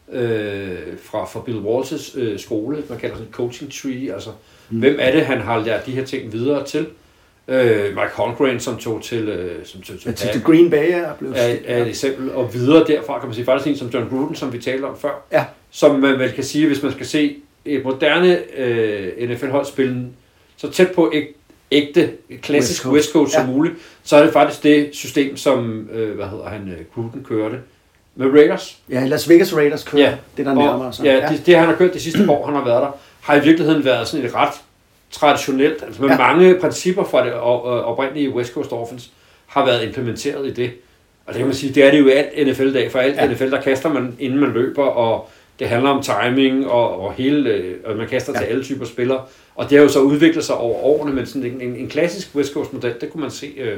Bill Walsh's skole, man kalder sådan en coaching tree, altså hvem er det, han har lært de her ting videre til? Mike Holmgren, som tog til Green Bay er et eksempel, og videre derfra kan man sige faktisk en som John Gruden, som vi talte om før, som man vel kan sige, hvis man skal se et moderne NFL-hold spille så tæt på ægte klassisk West Coast som muligt, så er det faktisk det system, som Gruden kørte med Raiders. Ja, Las Vegas Raiders kører det, der nærmere sig. Ja, det han har kørt de sidste år, han har været der, har i virkeligheden været sådan et ret traditionelt, altså med mange principper fra det oprindelige West Coast Offense, har været implementeret i det. Og det kan man sige, det er det jo i alt NFL-dag, for alt NFL, der kaster man, inden man løber, og det handler om timing, og hele, og man kaster til alle typer spillere. Og det har jo så udviklet sig over årene, men sådan en klassisk West Coast-model, det kunne man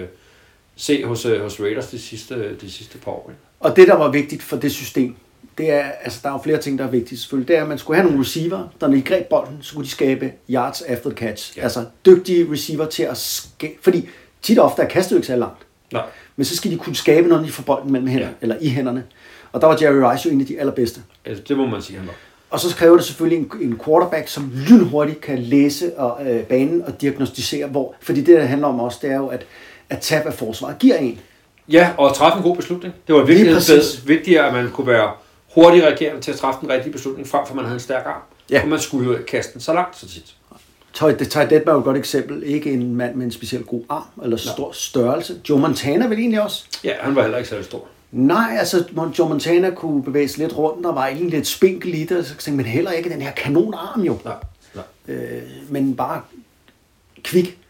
se hos Raiders de sidste par år. Ikke? Og det, der var vigtigt for det system, det er, altså der er jo flere ting, der er vigtige selvfølgelig, det er, at man skulle have nogle receiver, der når de greb bolden, så kunne de skabe yards after the catch. Ja. Altså dygtige receiver til at skabe, fordi tit og ofte er kastet jo ikke så langt. Nej. Men så skal de kunne skabe, når de får bolden mellem hænderne, eller i hænderne. Og der var Jerry Rice jo en af de allerbedste. Ja, det må man sige, han var. Og så kræver det selvfølgelig en quarterback, som lynhurtigt kan læse banen og diagnostisere, hvor. Fordi det, der handler om også, det er jo, at tab af forsvaret giver en. Ja, og træffe en god beslutning. Det var vigtigere, at man kunne være hurtig reagerende til at træffe den rigtige beslutning, frem for man havde en stærk arm. Ja. Og man skulle jo kaste den så langt så tit. Ty Detmer er jo et godt eksempel. Ikke en mand med en specielt god arm eller stor størrelse. Joe Montana vel egentlig også? Ja, han var heller ikke særlig stor. Nej, altså Joe Montana kunne bevæge sig lidt rundt, og var egentlig lidt spinkel i det, så tænkte men heller ikke den her kanonarm jo. Nej. Men bare kvik.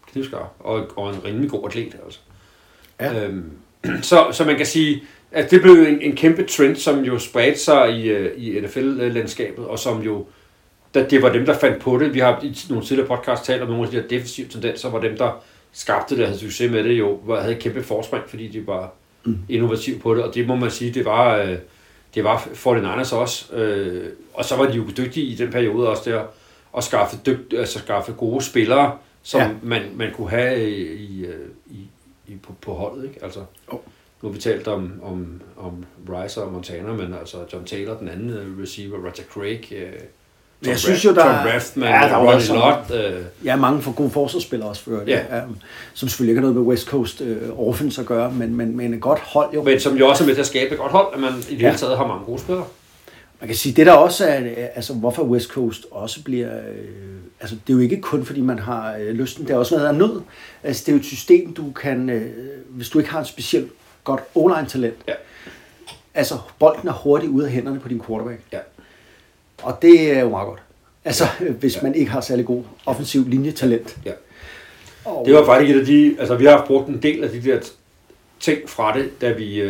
knivskarp, og en rimelig god atlet, altså. Ja. Så man kan sige, at det blev en kæmpe trend, som jo spredte sig i NFL-landskabet, og som jo, det var dem, der fandt på det. Vi har i nogle tidligere podcast talt om nogle af de her defensive tendenser, hvor dem, der skabte det, havde succes med det, jo havde et kæmpe forspring, fordi de var innovative på det, og det må man sige, det var 49ers også, og så var de jo dygtige i den periode også der, at skaffe gode spillere, som man kunne have på holdet, ikke? Altså, nu har vi talt om Rice og Montana, men altså John Taylor, den anden receiver, Roger Craig, jeg synes jo, der Tom Rathman, Ronnie Lott. Mange for gode forsvarsspillere også for det, som selvfølgelig ikke har noget med West Coast offense at gøre, men et godt hold jo. Men som jo også er med til at skabe et godt hold, at man i det hele taget har mange gode spillere. Man kan sige, det der også er, altså hvorfor West Coast også bliver, altså det er jo ikke kun fordi man har lysten, det er også noget af nød. Altså det er jo et system, du kan, hvis du ikke har et specielt godt O-line talent, altså bolden er hurtigt ude af hænderne på din quarterback. Ja. Og det er jo meget godt. Altså hvis man ikke har særlig god offensiv linjetalent. Ja. Det var faktisk et af de, altså vi har brugt en del af de der ting fra det, da vi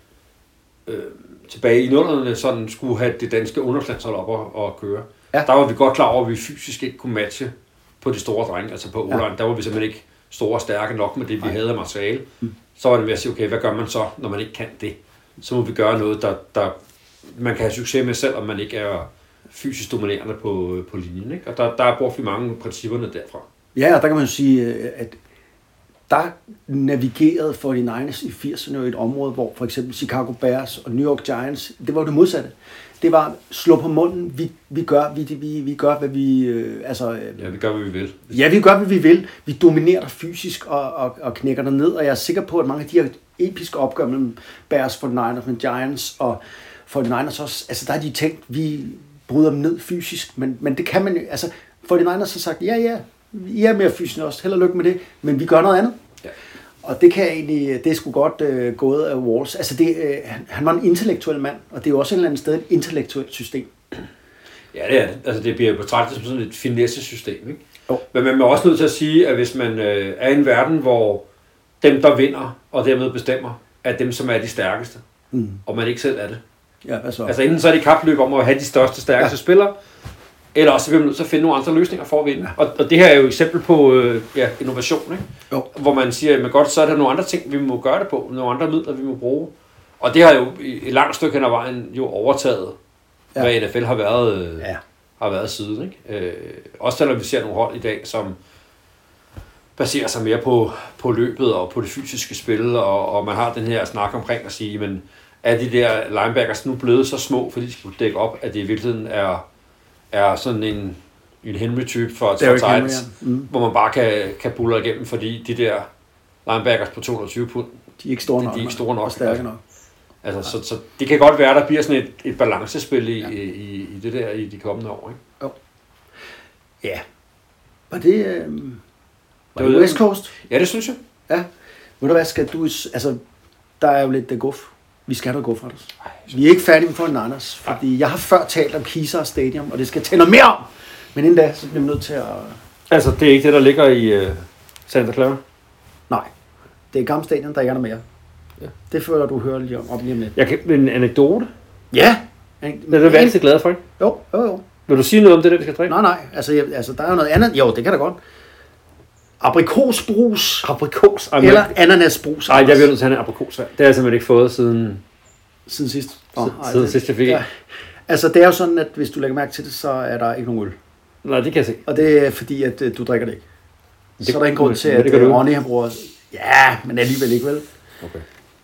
tilbage i 00'erne sådan skulle have det danske ungdomslandshold op og køre. Ja. Der var vi godt klar over, at vi fysisk ikke kunne matche på de store drenge, altså på O-line. Der var vi simpelthen ikke store og stærke nok med det, vi havde af materiale. Så var det med at sige, okay, hvad gør man så, når man ikke kan det? Så må vi gøre noget, der man kan have succes med, selvom man ikke er fysisk dominerende på linjen. Ikke? Og der bruger vi mange principperne derfra. Ja, og der kan man jo sige, at der navigerede 49ers i 80'erne i et område, hvor for eksempel Chicago Bears og New York Giants, det var jo det modsatte. Det var slå på munden, vi gør, hvad vi... vi gør, hvad vi vil. Ja, vi gør, hvad vi vil. Vi dominerer dig fysisk og knækker dig ned, og jeg er sikker på, at mange af de her episke opgør mellem Bears, 49ers, med Giants og 49ers også, altså der har de tænkt, vi bryder dem ned fysisk, men det kan man jo, altså 49ers har sagt, ja, I er mere fysisk også, held og lykke med det, men vi gør noget andet. Ja. Og det kan egentlig, det er sgu godt gået af Walls. Altså han var en intellektuel mand, og det er jo også et eller andet sted et intellektuelt system. Ja, det er det. Altså det bliver betragtet som sådan et finesse-system, ikke? Oh. Men man er også nødt til at sige, at hvis man er i en verden, hvor dem, der vinder og dermed bestemmer, er dem, som er de stærkeste, og man ikke selv er det. Ja, altså enten så er det kapløb om at have de største, stærkeste spillere, eller også bliver man nødt til at finde nogle andre løsninger for at vinde. Ja. Og det her er jo et eksempel på innovation, ikke? Jo. Hvor man siger, at godt, så er der nogle andre ting, vi må gøre det på, nogle andre midler, vi må bruge. Og det har jo i et langt stykke hen ad vejen jo overtaget, hvad NFL har været siden. Ikke? Også selvom vi ser nogle hold i dag, som baserer sig mere på løbet og på det fysiske spil, og man har den her snak omkring at sige, men er de der linebackers nu blevet så små, fordi de skal dække op, at det i virkeligheden er sådan en Henry-type for Titans, hvor man bare kan bulle igennem, fordi de der linebackers på 220 pund, de er ikke store nok. De er ikke store nok. Stærke nok. Altså, så det kan godt være, der bliver sådan et balancespil i det der i de kommende år, ikke? Jo. Ja. Var det West Coast? Ja, det synes jeg. Ja. Ved du hvad, skal du... Altså, der er jo lidt guf. Vi skal have noget guf fra os. Vi er ikke færdige med 49ers, fordi jeg har før talt om Keysar Stadium, og det skal jeg tale noget mere om. Men inden da, så bliver vi nødt til at... Altså, det er ikke det, der ligger i Santa Clara? Nej. Det er Gamle Stadion, der ikke er der mere. Ja. Det føler du hører lige om lige om lidt. Jeg kan en anekdote. Ja. Men er du altid glad for, ikke? Jo. Vil du sige noget om det, der vi skal drikke? Nej. Altså, der er jo noget andet. Jo, det kan da godt. Aprikosbrus. Eller ananasbrus. Nej, jeg vil nødt til at have en aprikos. Det har jeg simpelthen ikke fået siden sidst. Siden sidst jeg fik en. Altså, det er jo sådan, at hvis du lægger mærke til det, så er der ikke nogen øl. Nej, det kan jeg se. Og det er fordi, at du drikker det ikke. Så er der ingen grund til, at Ronny har brugt... Ja, men alligevel ikke, vel? Okay.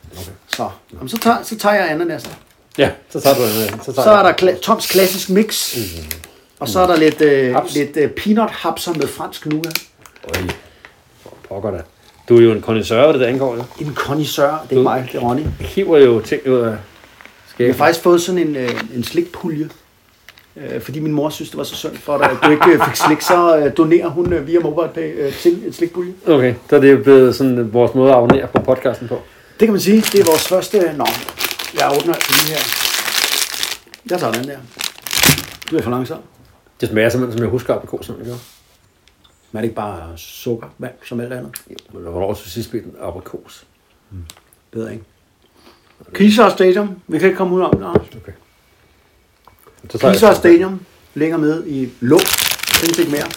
Så tager jeg ananasen. Ja, så tager du ananasen. Så er der Toms klassisk mix. Og så er der lidt peanut hapser med fransk nougat. Øj, pokker da. Du er jo en connoisseur, hvad det angår, ja? En connoisseur, det er mig, det er Ronny. Jeg hiver jo ting ud af skæben. Jeg har faktisk fået sådan en slikpulje. Fordi min mor synes, det var så synd for dig, at du ikke fik slik, så donerer hun via MobilePay til en slikpulje. Okay, så er det blevet sådan vores måde at abonnere på podcasten på. Det kan man sige. Det er vores første... Nå, jeg åbner altså lige her. Jeg tager den der. Du er for langsom. Det smager simpelthen, som jeg husker aprikosen, ikke? Men er det ikke bare sukkervand som alt andet? Men der var også sidst spillet en aprikos. Det ved jeg ikke. Keysar Stadium, vi kan ikke komme ud om det. Okay. Keysar Stadium ligger med i låg. Findes ikke mere.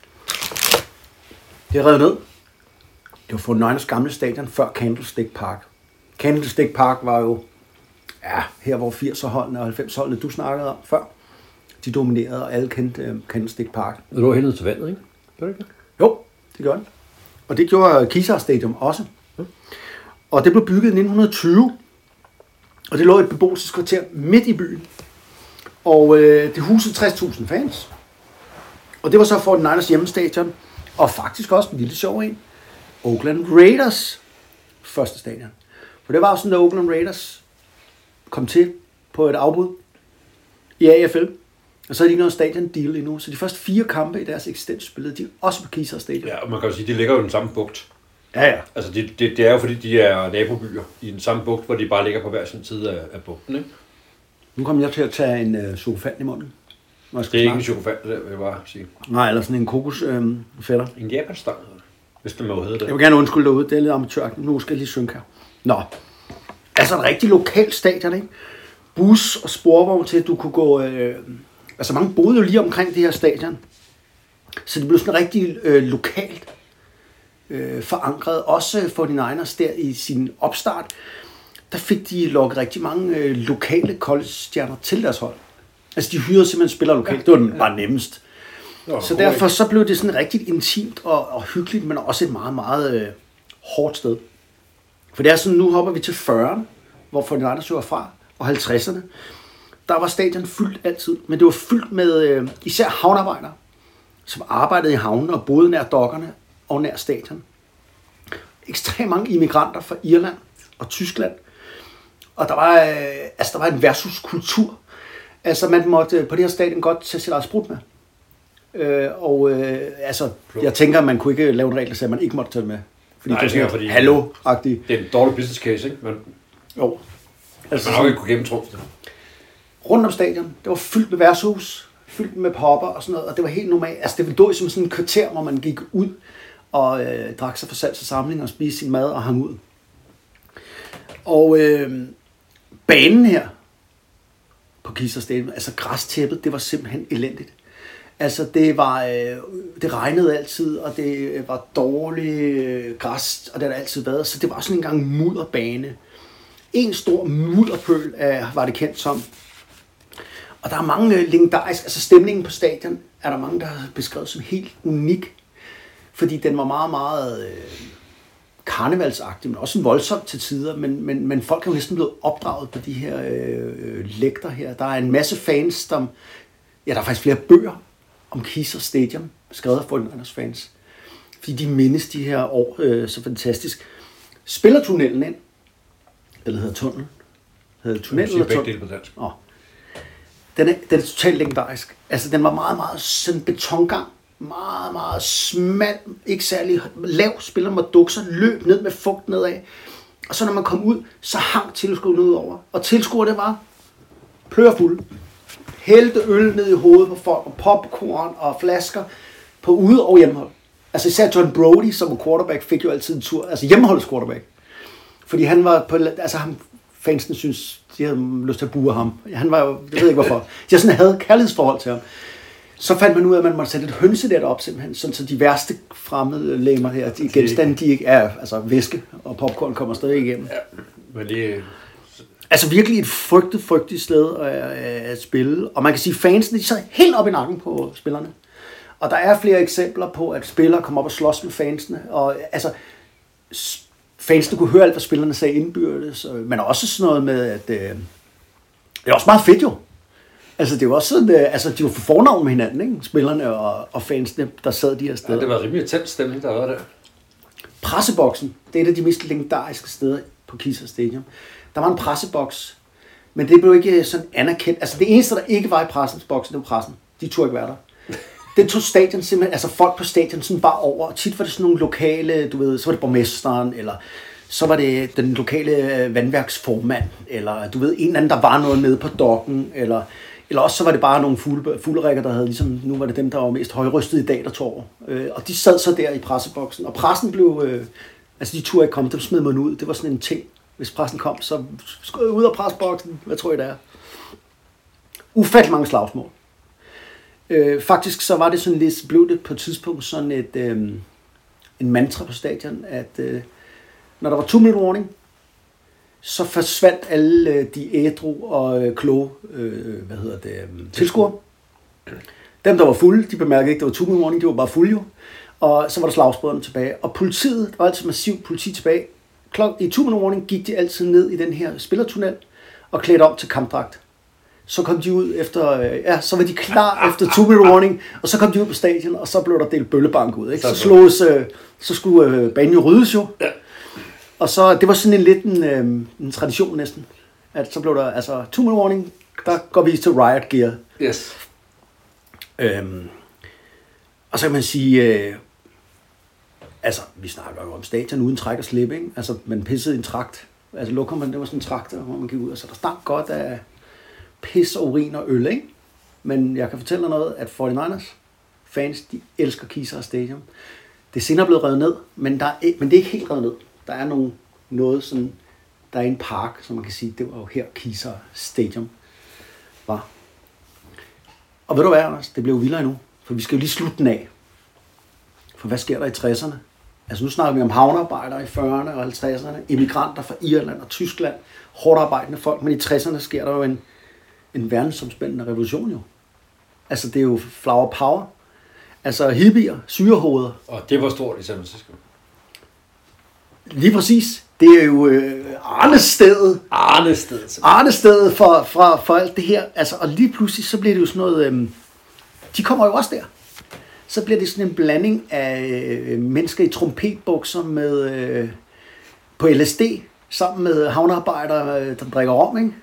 Det er revet ned. Det var for Niners gamle stadion før Candlestick Park. Candlestick Park var jo her hvor 80'er-holdene og 90'er-holdene, du snakkede om før. De dominerede, og alle kendte Candlestick Park. Det lå hernede til vandet, ikke? Gør det ikke? Jo, det gør det. Og det gjorde Keysar Stadium også. Og det blev bygget i 1920. Og det lå i et beboelseskvarter midt i byen. Og det husede 60.000 fans. Og det var så for Niners hjemmestadion. Og faktisk også en lille sjov en. Oakland Raiders første stadion. For det var jo sådan, at Oakland Raiders kom til på et afbud i AFL. Og så er de ikke noget stadion deal endnu. Så de første 4 kampe i deres eksistens spillede de også på Keysar Stadium. Ja, og man kan jo sige, at de ligger jo i den samme bugt. Ja. Altså det er jo fordi, de er nabobyer i den samme bugt, hvor de bare ligger på hver sin side af bugten, ikke? Nu kommer jeg til at tage en chokofant i munden. Det er ikke en chokofant, det vil jeg bare sige. Nej, eller sådan en kokosfætter. En japanstang, hvis det må hedde det. Jeg vil gerne undskylde derude, det er lidt amatørt. Nu skal jeg lige synke her. Nå, altså et rigtig lokalt stadion, ikke? Bus og sporvogn til, at du kunne gå... Altså mange boede jo lige omkring det her stadion. Så det blev sådan rigtig lokalt forankret. Også for de Niners der i sin opstart, der fik de lukket rigtig mange lokale college-stjerner til deres hold. Altså de hyrede simpelthen spillere lokalt. Det var bare nemmest. Så derfor så blev det sådan rigtig intimt og hyggeligt, men også et meget, meget hårdt sted. For det er sådan, nu hopper vi til 40'erne, hvor 49ers var fra, og 50'erne. Der var stadion fyldt altid, men det var fyldt med især havnearbejdere, som arbejdede i havnen og boede nær dokkerne og nær stadion. Ekstremt mange immigranter fra Irland og Tyskland. Og der var en versus-kultur. Altså man måtte på det her stadion godt tage sit eget sprut med. Jeg tænker, at man kunne ikke lave en regel, der sagde, at man ikke måtte tage det med. Fordi nej, det er fordi hallo-agtigt. Det er en dårlig business case, ikke? Men jo. Altså, man har jo ikke kunne gennemtrumfe det. Rundt om stadion, det var fyldt med værtshus, fyldt med popper og sådan noget, og det var helt normalt. Altså det var som sådan en kvarter, hvor man gik ud og drak sig for salgs og samling og spiste sin mad og hang ud. Og banen her på Keysar Stadium, altså græstæppet, det var simpelthen elendigt. Altså det regnede altid, og det var dårlig græs, og det har altid været, så det var sådan en gang mudderbane. En stor mudderpøl var det kendt som. Og der er mange legendariske, altså stemningen på stadion er der mange, der har beskrevet som helt unik, fordi den var meget, meget karnevalsagtig, men også en voldsom til tider, men folk er jo næsten blevet opdraget på de her lægter her. Der er en masse fans, der er faktisk flere bøger om Keysar Stadium, skrevet af 49ers fans, fordi de mindes de her år så fantastisk. Spiller tunnelen ind, eller hedder tunnel? Hedder tunnel eller tunnel? På dansk. Den er totalt legendarisk. Altså, den var meget, meget sådan betongang. Meget, meget smal. Ikke særlig lav. Spilleren var dukser. Løb ned med fugt nedad. Og så når man kom ud, så hang tilskuerne ud over. Og tilskuerne var plørfulde. Hældte øl ned i hovedet på folk. Og popcorn og flasker på ude- og hjemmehold. Altså især John Brody, som var quarterback, fik jo altid en tur. Altså hjemmeholdets quarterback. Fordi han var på... Altså fansene synes, de havde lyst til at bue ham. Han var jo, jeg ved ikke hvorfor. De havde kærlighedsforhold til ham. Så fandt man ud af, at man måtte sætte et hønsenet op simpelthen, sådan så de værste fremmede legemer her, de genstande, de ikke er, altså væske og popcorn kommer stadig igennem. Ja, men det... Altså virkelig et frygteligt sted at spille. Og man kan sige, at fansene, de sad helt op i nakken på spillerne. Og der er flere eksempler på, at spillere kommer op og slås med fansene. Og altså... Fansene kunne høre alt, hvad spillerne sagde indbyrdes, men også sådan noget med, at det er også meget fedt jo. Altså det var også sådan, altså de var for fornavn med hinanden, ikke? Spillerne og fansene, der sad de her steder. Ja, det var rimelig tæt stemning, der var der. Presseboksen, det er et af de mest legendariske steder på Keysar Stadium. Der var en presseboks, men det blev ikke sådan anerkendt. Altså det eneste, der ikke var i presseboksen, det var pressen. De turde ikke være der. Det tog stadion simpelthen, altså folk på stadion sådan bare over, og tit var det sådan nogle lokale, du ved, så var det borgmesteren, eller så var det den lokale vandværksformand, eller du ved, en eller anden, der var noget nede på dokken, eller Eller også så var det bare nogle fuglerækker, der havde ligesom, nu var det dem, der var mest højrystede i dag, der tog over. Og de sad så der i presseboksen, og pressen blev, altså de turde ikke komme, dem smed man ud. Det var sådan en ting. Hvis pressen kom, så skød ud af presseboksen. Hvad tror I, det er? Ufattelig mange slagsmål. Faktisk så var det sådan lidt, blev det på et tidspunkt sådan en mantra på stadion, at når der var 2-minute warning, så forsvandt alle de ædru og kloge tilskuere. Dem, der var fulde, de bemærkede ikke, at det var 2-minute warning, de var bare fulde jo. Og så var der slagsbrødrene tilbage. Og politiet, der var altid massivt politi tilbage. I 2-minute warning gik de altid ned i den her spillertunnel og klædte om til kampdragt. Så kom de ud efter, så var de klar efter 2-minute warning, og så kom de ud på stadion, og så blev der delt bøllebank ud. Ikke? Så skulle banen jo ryddes jo. Ja. Og så, det var sådan en tradition næsten, at så blev der, altså 2-minute warning, der går vi til riot gear. Yes. Og så kan man sige, altså vi snakker jo om stadion uden træk og slip, ikke? Altså man pissede i en trakt, altså lukker man, det var sådan en trakt, hvor man gik ud, og så der stank godt af pis, urin og øl, ikke? Men jeg kan fortælle dig noget, at 49ers fans, de elsker Keysar Stadium. Det er senere blevet revet ned, men det er ikke helt revet ned. Der er noget sådan, der er en park, som man kan sige, det var jo her Keysar Stadium var. Og ved du hvad, Anders? Det blev vildere endnu, for vi skal jo lige slutte den af. For hvad sker der i 60'erne? Altså nu snakker vi om havnearbejdere i 40'erne og 50'erne, immigranter fra Irland og Tyskland, hårdt arbejdende folk, men i 60'erne sker der jo en verdensomspændende revolution jo. Altså det er jo flower power. Altså hippier, syrehoveder. Og det var stort i San Francisco. Lige præcis. Det er jo Arnestedet. Arnestedet for alt det her. Altså, og lige pludselig så bliver det jo sådan noget, de kommer jo også der. Så bliver det sådan en blanding af mennesker i trompetbukser med på LSD, sammen med havnearbejdere, der drikker rom, ikke?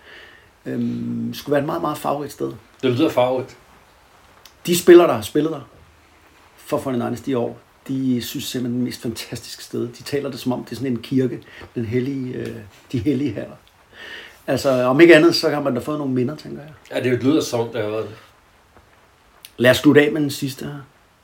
Skulle være et meget, meget farverigt sted. Det lyder farverigt. De spiller der for 49ers de år. De synes simpelthen det mest fantastiske sted. De taler det som om det er sådan en kirke, de hellige haller. Altså om ikke andet, så har man da fået nogle minder, tænker jeg. Ja, det lyder som der har været. Lad os slutte af med den sidste her.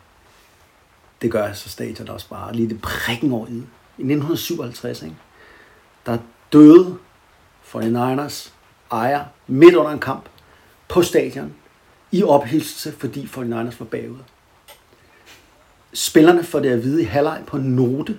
Det gør jeg så stadion også bare lige det prikken over i. I 1957, ikke? Der døde 49ers ejer midt under en kamp på stadion i ophilselse, fordi 49ers var bagud. Spillerne får det at vide i halvleg på en note.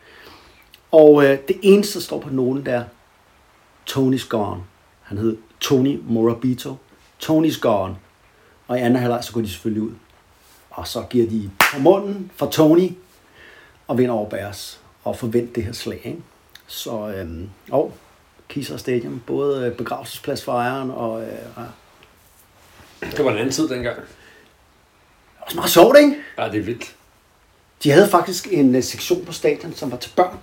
Og det eneste, der står på noten, der er Tony's gone. Han hed Tony Morabito. Tony's gone. Og i anden halvleg, så går de selvfølgelig ud. Og så giver de på munden for Tony og vinder over Bears og forventer det her slag. Ikke? Så Keysar Stadium, både begravelsesplads for ejeren og... Det var en anden tid dengang. Det var også meget sjovt, ikke? Ja, det er vildt. De havde faktisk en sektion på stadion, som var til børn.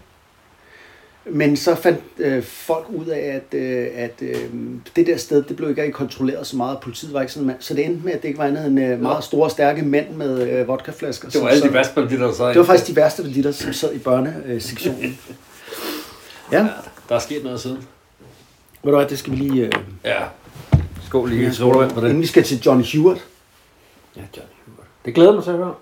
Men så fandt folk ud af, at det der sted, det blev ikke kontrolleret så meget. Politiet var ikke sådan, så det endte med, at det ikke var andet end meget store, stærke mænd med vodkaflasker. Det var alle de værste banditter, der sad. Det var faktisk de værste banditter, som sad i børnesektionen. Ja. Der er sket noget siden. Ved du hvad, det skal vi lige... Ja. Skål lige. Sodavand på det. Inden vi skal til Johnny Hewart. Ja, Johnny Hewart. Det glæder mig til at høre.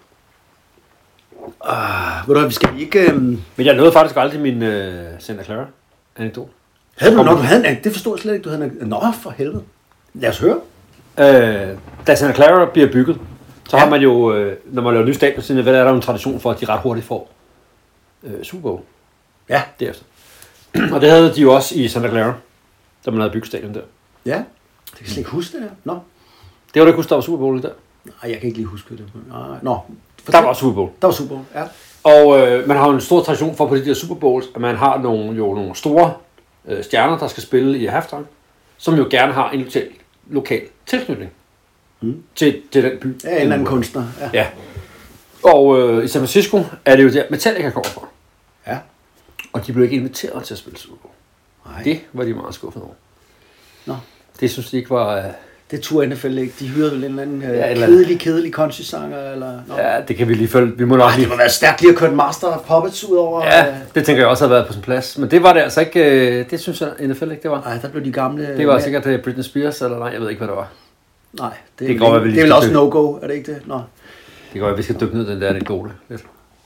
Ved du hvad, vi skal ikke... Men jeg nåede faktisk aldrig min Santa Clara-anekdote. Havde du, når du havde en... Det forstod jeg slet ikke, du havde en... Nå, for helvede. Lad os høre. Da Santa Clara bliver bygget, så har man jo, når man laver nye stadion, er der en tradition for, at de ret hurtigt får Super Bowl. Ja. Derefter. Og det havde de jo også i Santa Clara, da man havde bygget stadion der. Ja. Det kan slet ikke huske det der. Nå. Det var da ikke huske, der var Super Bowl der. Nej, jeg kan ikke lige huske det. Nå. Der var Super Bowl. Der var Super Bowl, ja. Og man har jo en stor tradition for på de der Super Bowls, at man har nogle store stjerner, der skal spille i halftime, som jo gerne har en lokal tilknytning til den by. Ja, en eller anden kunstner. Ja. Og i San Francisco er det jo der, Metallica kommer fra. Ja. Og de blev ikke inviteret til at spille Super Bowl. Nej. Det var de meget skuffet over. Nå. Det synes de ikke var... Det turde NFL ikke. De hyrede vel en eller anden kedelig country-sanger, eller... Nå. Ja, det kan vi lige følge. Vi må nok det må være stærkt lige at køre en Master of Puppets ud over... Ja, det tænker jeg også havde været på sin plads. Men det var det altså ikke... Det synes jeg NFL ikke, det var. Nej, der blev de gamle... Det var sikkert Britney Spears, eller nej, jeg ved ikke, hvad det var. Nej, Det går, det er vel også no-go, er det ikke det? Nå. Det kan være, at vi skal dykke ned den der anekdote lidt.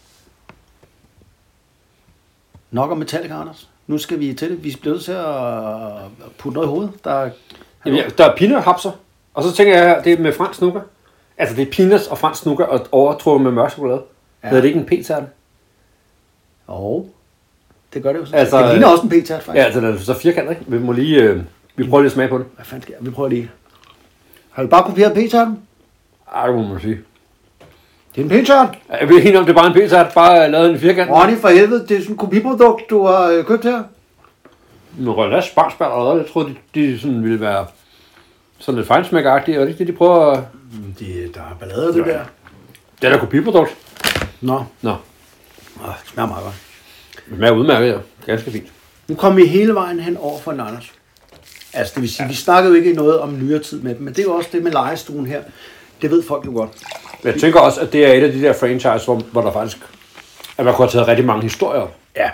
Nok om Metallica, Anders. Nu skal vi til det. Vi bliver nødt til at putte noget i hovedet. Der er peanut hapser, og så tænker jeg, det er med fransk snooker. Altså det er peanuts og fransk snooker og overtrukket med mørk chokolade. Ja. Hedder det ikke en p-tærte? Jo, det gør det jo så. Altså, det ligner også en p-tærte, faktisk. Ja, altså den er så firkantet, ikke? Vi må lige, vi prøver lige at smage på det. Hvad fanden skal jeg? Vi prøver lige. Har du bare kopieret p-tærten? Ej, det må man sige. Det er en p-tært. Jeg ved ikke, om det er bare en p-tært, bare lavet en firkant. Ronny, for helvede, det er sådan et kopiprodukt, du har købt her. Nu rører det sparsbær allerede. Jeg tror, de sådan ville være sådan lidt fejnsmækkeragtige. Og det er ikke det, de prøver at... Der er ballade, det der. Det er da kopiprodukt. Nå. Det smager meget godt. Det smager udmærket, ja. Ganske fint. Nu kom vi hele vejen hen over for en Anders. Altså, det vil sige, vi snakkede jo ikke noget om nyere tid med dem, men det er jo også det med legestuen her. Det ved folk jo godt. Jeg tænker også, at det er et af de der franchise, hvor der faktisk... At man kunne have taget rigtig mange historier op. Ja.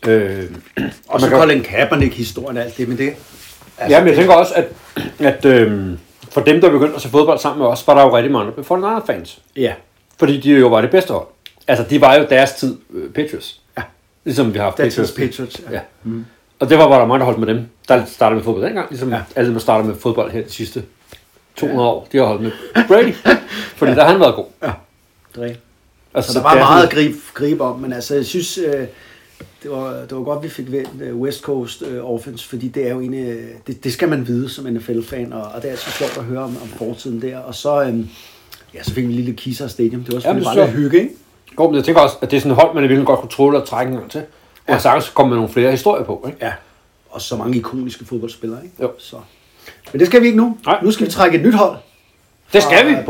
Og så Colin Kaepernick-historien og alt det, men det... Altså, ja, men jeg tænker også, at for dem, der begyndte at se fodbold sammen med os, var der jo rigtig mange 49ers-fans. Ja. Fordi de jo var det bedste hold. Altså, de var jo deres tid Patriots. Ja. Ligesom vi har haft Patriots. Ja. Mm. Og det var der mange, der holdt med dem, der startede med fodbold dengang. Ligesom alle, der starter med fodbold her de sidste 200 år, de har holdt med Brady. Fordi der har han været god. Ja, det er rigtigt. Altså, så der var meget at gribe om, men altså, jeg synes, det var godt, vi fik West Coast offense, fordi det er jo det skal man vide som NFL-fan, og det er altså sjovt at høre om fortiden der. Og så, så fik vi en lille Kisser Stadium. Det var selvfølgelig bare lidt hygge, ikke? Jo, men jeg tænker også, at det er sådan et hold, man virkelig godt kunne tråle og trække en gang til. Og sagtens komme med nogle flere historier på, ikke? Ja, og så mange ikoniske fodboldspillere, ikke? Jo. Så. Men det skal vi ikke nu. Nej. Nu skal vi trække et nyt hold. Det skal vi.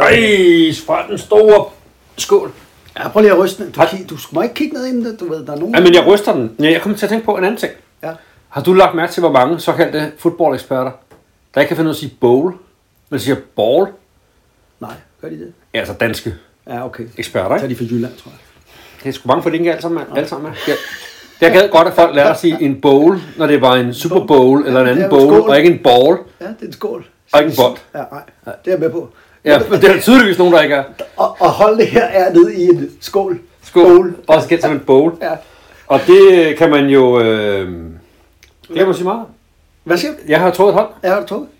Fra den store skål. Ja, prøv lige at ryste den. Du må ikke kigge ned i den, du ved, der er nogen... Ja, men jeg ryster den. Ja, jeg kommer til at tænke på en anden ting. Ja. Har du lagt mærke til, hvor mange såkaldte fodboldeksperter, der ikke kan finde ud af at sige bowl, men siger ball? Nej, gør de det? Ja, altså danske okay. eksperter, ikke? Så er de fra Jylland, tror jeg. Det er sgu bange for, det ikke alle sammen. Jeg gad godt, at folk lærer at sige en bowl, når det var en Super Bowl eller en anden bowl, og ikke en ball. Ja, det er en skål. Og ikke en bold. Ja, nej. Det er jeg med på. Ja, men det er tydeligvis nogen, der ikke er. Og holdet her er nede i en skål. Bowl. Også kendt som en bowl. Ja. Og det kan man jo... det kan man sige meget. Hvad siger du? Jeg har trukket et hold. Ja, har du trukket?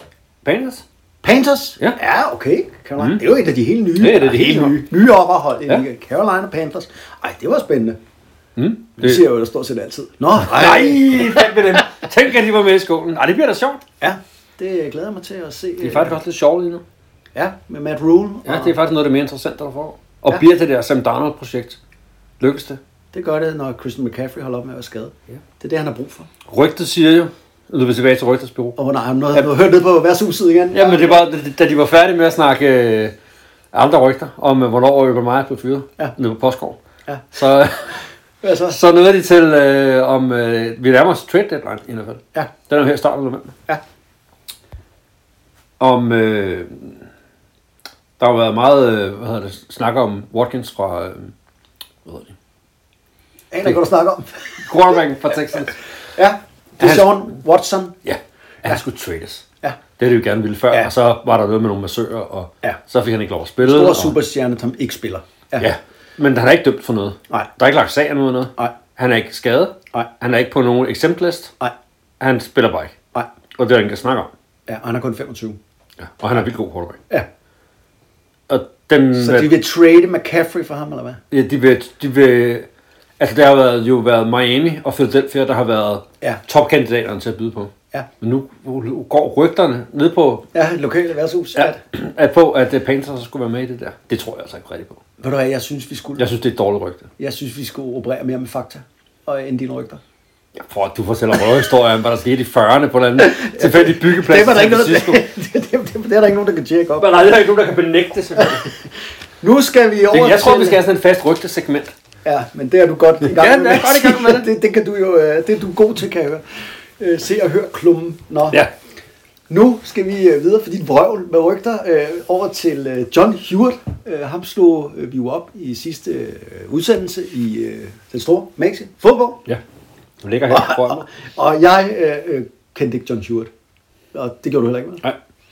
Panthers? Ja. Ja, okay. Carolina. Det er jo et af de helt nye. Det er det helt nye. Nye opperhold. Ja. Carolina Panthers. Ej, det var spændende. Det siger jo der stort set altid. Nå, nej, fandt vi dem. Tænk, at de var med i skålen. Nej, det bliver da sjovt. Ja, det glæder mig til at se. Det er faktisk også lidt sjovt lige nu. Ja, med Matt Rule. Ja, det er faktisk noget af det mere interessante, der får. Og bliver det der Sam Darnold-projekt. Lykkes det? Det gør det, når Christian McCaffrey holder op med at være skadet. Ja. Det er det, han har brug for. Rygtet siger jo, nu er vi tilbage til rygtets bureau. Og nej, du har hørt det på værtshuset igen. Ja, men det var, da de var færdige med at snakke andre rygter om, hvornår Urban Meyer blev fyret nede på Postgård. Ja. Så nåede de til, om vi nærmer os trade deadline i hvert fald. Ja. Den er her i starten af november. Ja. Om, der har været meget, snak om Watkins fra, hvad hedder det? Aner ikke, hvad du snakker om. Quarterbacken fra Texans. Ja, Deshaun Watson. Ja, han skulle trades. Ja. Det havde de jo gerne ville før, og så var der noget med nogle massører, og så fik han ikke lov at spille. Stor superstjerne, som ikke spiller. Ja, men han er ikke dømt for noget. Nej. Der er ikke lagt sagen mod noget. Nej. Han er ikke skadet. Nej. Han er ikke på nogen exemptlist. Nej. Han spiller bare ikke. Nej. Og det er der ingen, der snakker om. Ja, og han er kun 25. Ja. Og han er vildt god quarterback. Ja. Og dem, så de vil trade McCaffrey for ham, eller hvad? Ja, de vil altså der har jo været Miami og Philadelphia, der har været topkandidaterne til at byde på. Ja. Men nu går rygterne ned på... Ja, lokale værtshus. Ja, at på, at Panthers skulle være med i det der. Det tror jeg altså ikke rigtig på. Ved du hvad, jeg synes, vi skulle... Jeg synes, det er et dårligt rygte. Jeg synes, vi skulle operere mere med fakta end dine rygter. Ja, for at du fortæller røverhistorier om, hvad der skete i 40'erne på den tilfældige byggeplads. Det er der ikke nogen, der kan tjekke op. Men nej, det er ikke nogen, der kan benægte, selvfølgelig. Nu skal vi over jeg tror, vi skal have sådan en fast rygtesegment. Ja, men det er du godt i gang med. Ja, godt i gang med det. Det kan du jo, det er du god til, kan jeg høre. Se og hør klummen. Nå. Ja. Nu skal vi videre for dit vrøvl med rygter over til John Hewart. Ham slog vi jo op i sidste udsendelse i den store Maxi fodbold. Ja, du ligger her foran mig. Og jeg kendte ikke John Hewart. Og det gjorde du heller ikke med. Nej.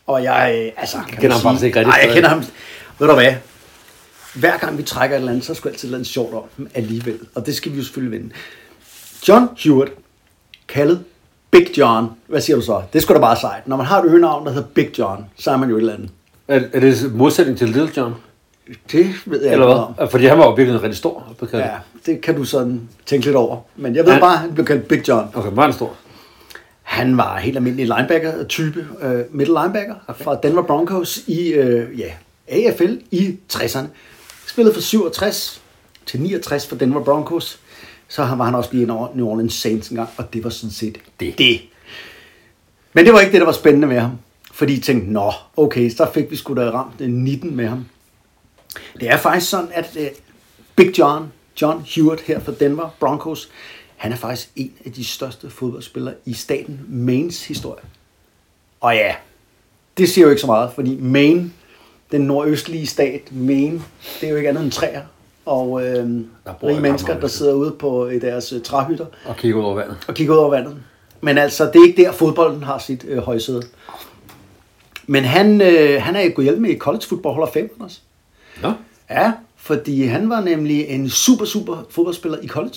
Og jeg, altså... Jeg kender ham faktisk ikke rigtig. Nej, jeg kender ham... Ved du hvad? Hver gang vi trækker et eller andet, så skal altid et eller andet sjovt om dem alligevel. Og det skal vi jo selvfølgelig vinde. John Hewitt, kaldet Big John. Hvad siger du så? Det skulle da bare sejt. Når man har et øgenavn, der hedder Big John, så er man jo et eller andet. Er det modsætning til Little John? Det ved jeg Eller ikke hvad? om. Fordi han var jo virkelig rigtig stor. Ja, det kan du sådan tænke lidt over. Men jeg ved bare, at han blev kaldt Big John. Okay, meget stor. Han var helt almindelig linebacker-type, middle linebacker fra Denver Broncos i AFL i 60'erne. Spillede fra 67 til 69 for Denver Broncos. Så var han også lige over New Orleans Saints en gang, og det var sådan set det. Men det var ikke det, der var spændende med ham. Fordi I tænkte, okay, så fik vi sgu da ramt 19 med ham. Det er faktisk sådan, at Big John Hewitt her fra Denver Broncos, han er faktisk en af de største fodboldspillere i staten Maines historie. Og ja, det siger jo ikke så meget, fordi Maine, den nordøstlige stat Maine, det er jo ikke andet end træer og rige mennesker, der sidder ude på deres træhytter. Og kigger ud over vandet. Men altså, det er ikke der, fodbolden har sit højsæde. Men han er jo gået hjælp med i College Football Hall of Fame også. Nå? Ja, fordi han var nemlig en super fodboldspiller i college.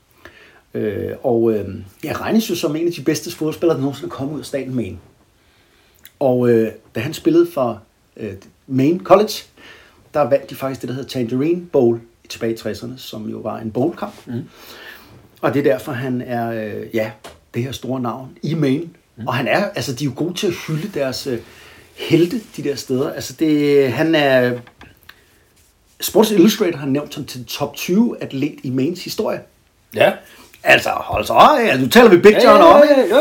Jeg regnes jo som en af de bedste fodboldspillere, der nogensinde er kommet ud af staten Maine. Og da han spillede for Maine College, der vandt de faktisk det, der hedder Tangerine Bowl tilbage i 60'erne, som jo var en bowlkamp. Og det er derfor, han er det her store navn i Maine. Og han er, altså de er jo gode til at hylde deres helte, de der steder. Altså han er... Sports Illustrated har nævnt ham til top 20 atlet i Maines historie. Ja. Altså, hold så øje. Nu taler vi Big John om.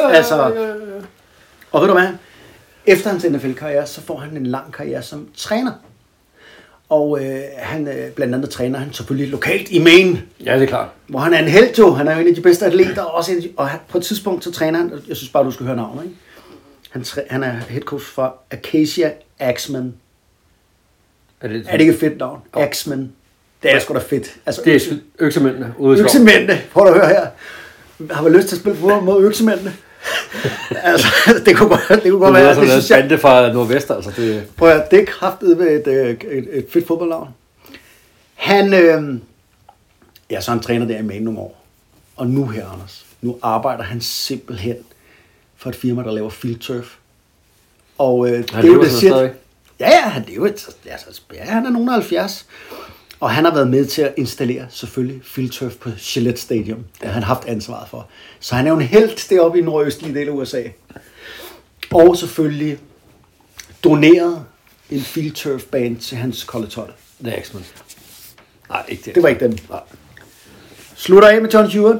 Og ved du hvad? Efter hans NFL-karriere, så får han en lang karriere som træner. Og han blandt andet træner han selvfølgelig lokalt i Maine. Ja, det er klart. Hvor han er en helt jo. Han er jo en af de bedste atleter. Og på et tidspunkt, så træner han... Jeg synes bare, du skal høre navnet, ikke? Han er head coach for Acacia Axemen. Er det ikke et fedt navn? Axemen. Det er sgu da fedt. Altså, det er øksemændene ude i skoven. Øksemændene. Prøv at høre her. Har man lyst til at spille fodbold mod øksemændene? Altså, det kunne godt være. Det er sådan en bande fra Nordvest, altså. Prøv at høre, det er kraftigt med et fedt fodboldnavn. Han, så han træner der i Maine nogle år. Og nu her, Anders, nu arbejder han simpelthen for et firma, der laver field turf. Og det er jo det shit. Ja, han er nogen af 70. Og han har været med til at installere selvfølgelig field turf på Gillette Stadium. Det har han haft ansvaret for. Så han er jo en helt deroppe i den nordøstlige del af USA. Og selvfølgelig doneret en field turf bane til hans collegehold. Det er ikke Nej, ikke det. Det var ikke den. Nej. Slutter af med John Hewitt.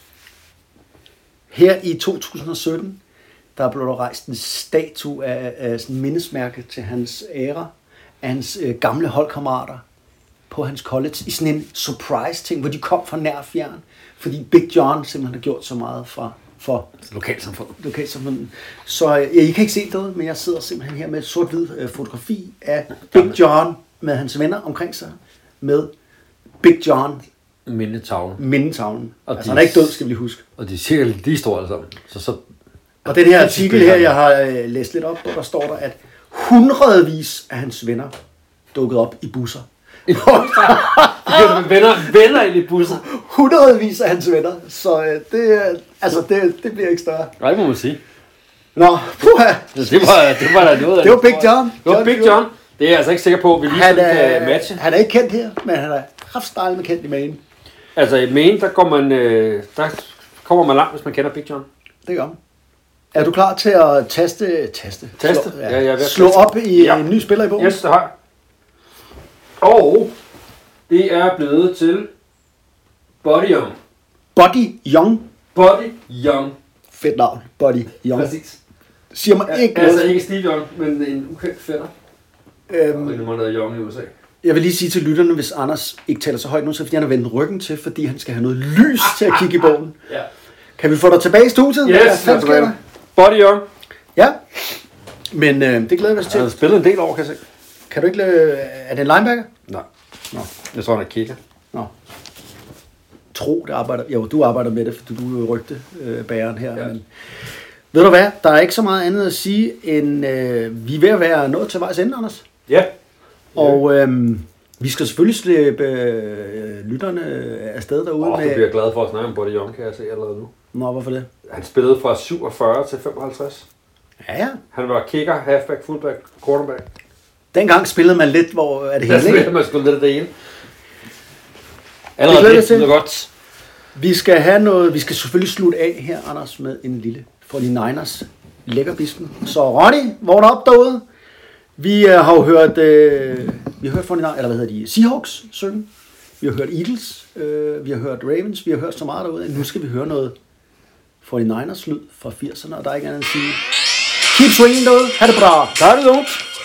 Her i 2017, der blev der rejst en statue af sådan en mindesmærke til hans ære, af hans gamle holdkammerater på hans college, i sådan en surprise-ting, hvor de kom fra nær fjern, fordi Big John simpelthen har gjort så meget for lokalsamfundet. Så I kan ikke se det, men jeg sidder simpelthen her med et sort-hvid fotografi af Big John med hans venner omkring sig, med Big John mindetavlen. Altså han er ikke død, skal vi lige huske. Og de er cirka lige store alle sammen. Og den her artikel her, jeg har læst lidt op på, der står der, at hundredvis af hans venner dukkede op i busser. venner ind i busser. Hundredvis af hans venner. Så det bliver ikke større. Nej, det må man sige. Nå, puha. Det var der noget af. Det var Big John. Det var Big John. Det er jeg altså ikke sikker på, at vi lige kan matche. Han er ikke kendt her, men han er kraftstejl med kendt i Maine. Altså i Maine, der kommer man langt, hvis man kender Big John. Det gør man. Er du klar til at taste? Slå op i en ny spiller i bogen? Yes, det har jeg. Og det er blevet til Buddy Young. Buddy Young. Fedt navn, Buddy Young. Præcis. Siger mig ikke noget. Altså ikke Steve Young, men en ukendt fætter. Nu må der Young i USA. Jeg vil lige sige til lytterne, hvis Anders ikke taler så højt nu, så fordi han har vendt ryggen til, fordi han skal have noget lys til at kigge i bogen. Ja. Kan vi få dig tilbage i studiet? Yes, Buddy Young. Ja, men det glæder vi os til. Han har spillet en del år, kan jeg se. Kan du ikke er det en linebacker? Nej. Nå. Jeg tror, han er kicker. Nå. Du arbejder med det, fordi du er jo rygtebæreren her. Ja. Men Ved du hvad, der er ikke så meget andet at sige, end vi er ved at være nået til vejs ende, Anders. Ja. Og vi skal selvfølgelig slippe lytterne afsted derude Du bliver glad for at snakke om Buddy Young, kan jeg se allerede nu. Nå, hvorfor det? Han spillede fra 47 til 55. Ja. Han var kicker, halfback, fullback, quarterback. Dengang spillede man lidt, hvor er det Der hele, spillede ikke? man sgu lidt af det ene. glæder Allerede jeg det til. lyder godt. Vi skal have noget, vi skal selvfølgelig slutte af her, Anders, med en lille 49ers lækkerbisken. Så Ronny, vågn op derude. Vi har jo hørt, vi har hørt 49, eller hvad hedder de, Seahawks synge. Vi har hørt Eagles, vi har hørt Ravens, vi har hørt så meget derude. Nu skal vi høre noget 49ers lyd fra 80'erne, og der er ikke andet at sige. Keep swinging derude. Ha' det bra. Der er det dumt.